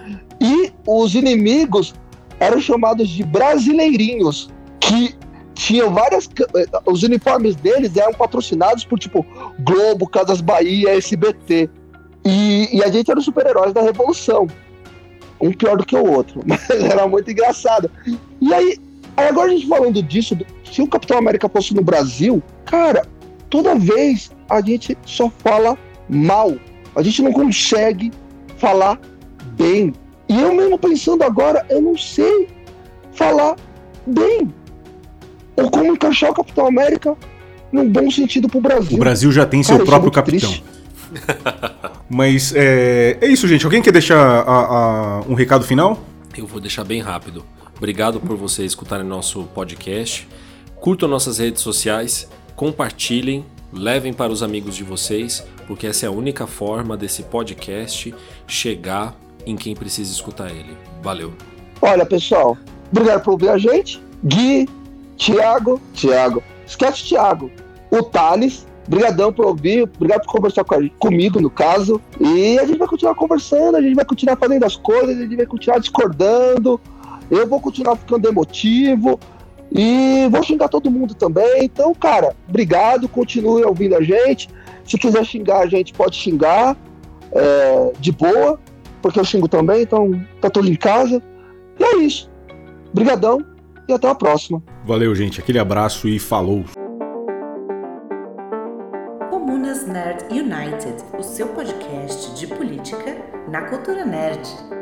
C: E os inimigos eram chamados de brasileirinhos, que tinham várias... Os uniformes deles eram patrocinados por, tipo, Globo, Casas Bahia, S B T. E, e a gente era os super-heróis da Revolução. Um pior do que o outro, mas era muito engraçado. E aí, aí agora a gente falando disso, se o Capitão América fosse no Brasil, cara, toda vez a gente só fala mal. A gente não consegue falar bem. E eu mesmo pensando agora, eu não sei falar bem. Ou como encaixar o Capitão América num bom sentido pro Brasil.
B: O Brasil já tem seu
C: Cara,
B: próprio capitão. Mas é, é isso, gente. Alguém quer deixar a, a, um recado final?
A: Eu vou deixar bem rápido. Obrigado por vocês escutarem nosso podcast. Curtam nossas redes sociais, compartilhem, levem para os amigos de vocês, porque essa é a única forma desse podcast chegar em quem precisa escutar ele. Valeu.
C: Olha, pessoal, obrigado por ouvir a gente. Gui, Thiago, Thiago, esquece o Thiago, o Thales, brigadão por ouvir, obrigado por conversar com a, comigo, no caso, e a gente vai continuar conversando, a gente vai continuar fazendo as coisas, a gente vai continuar discordando, eu vou continuar ficando emotivo, e vou xingar todo mundo também. Então, cara, obrigado, continue ouvindo a gente, se quiser xingar a gente, pode xingar, é, de boa, porque eu xingo também, então tá tudo em casa, e é isso, brigadão, e até a próxima.
B: Valeu, gente. Aquele abraço e falou.
D: Comunas Nerd United, o seu podcast de política na cultura nerd.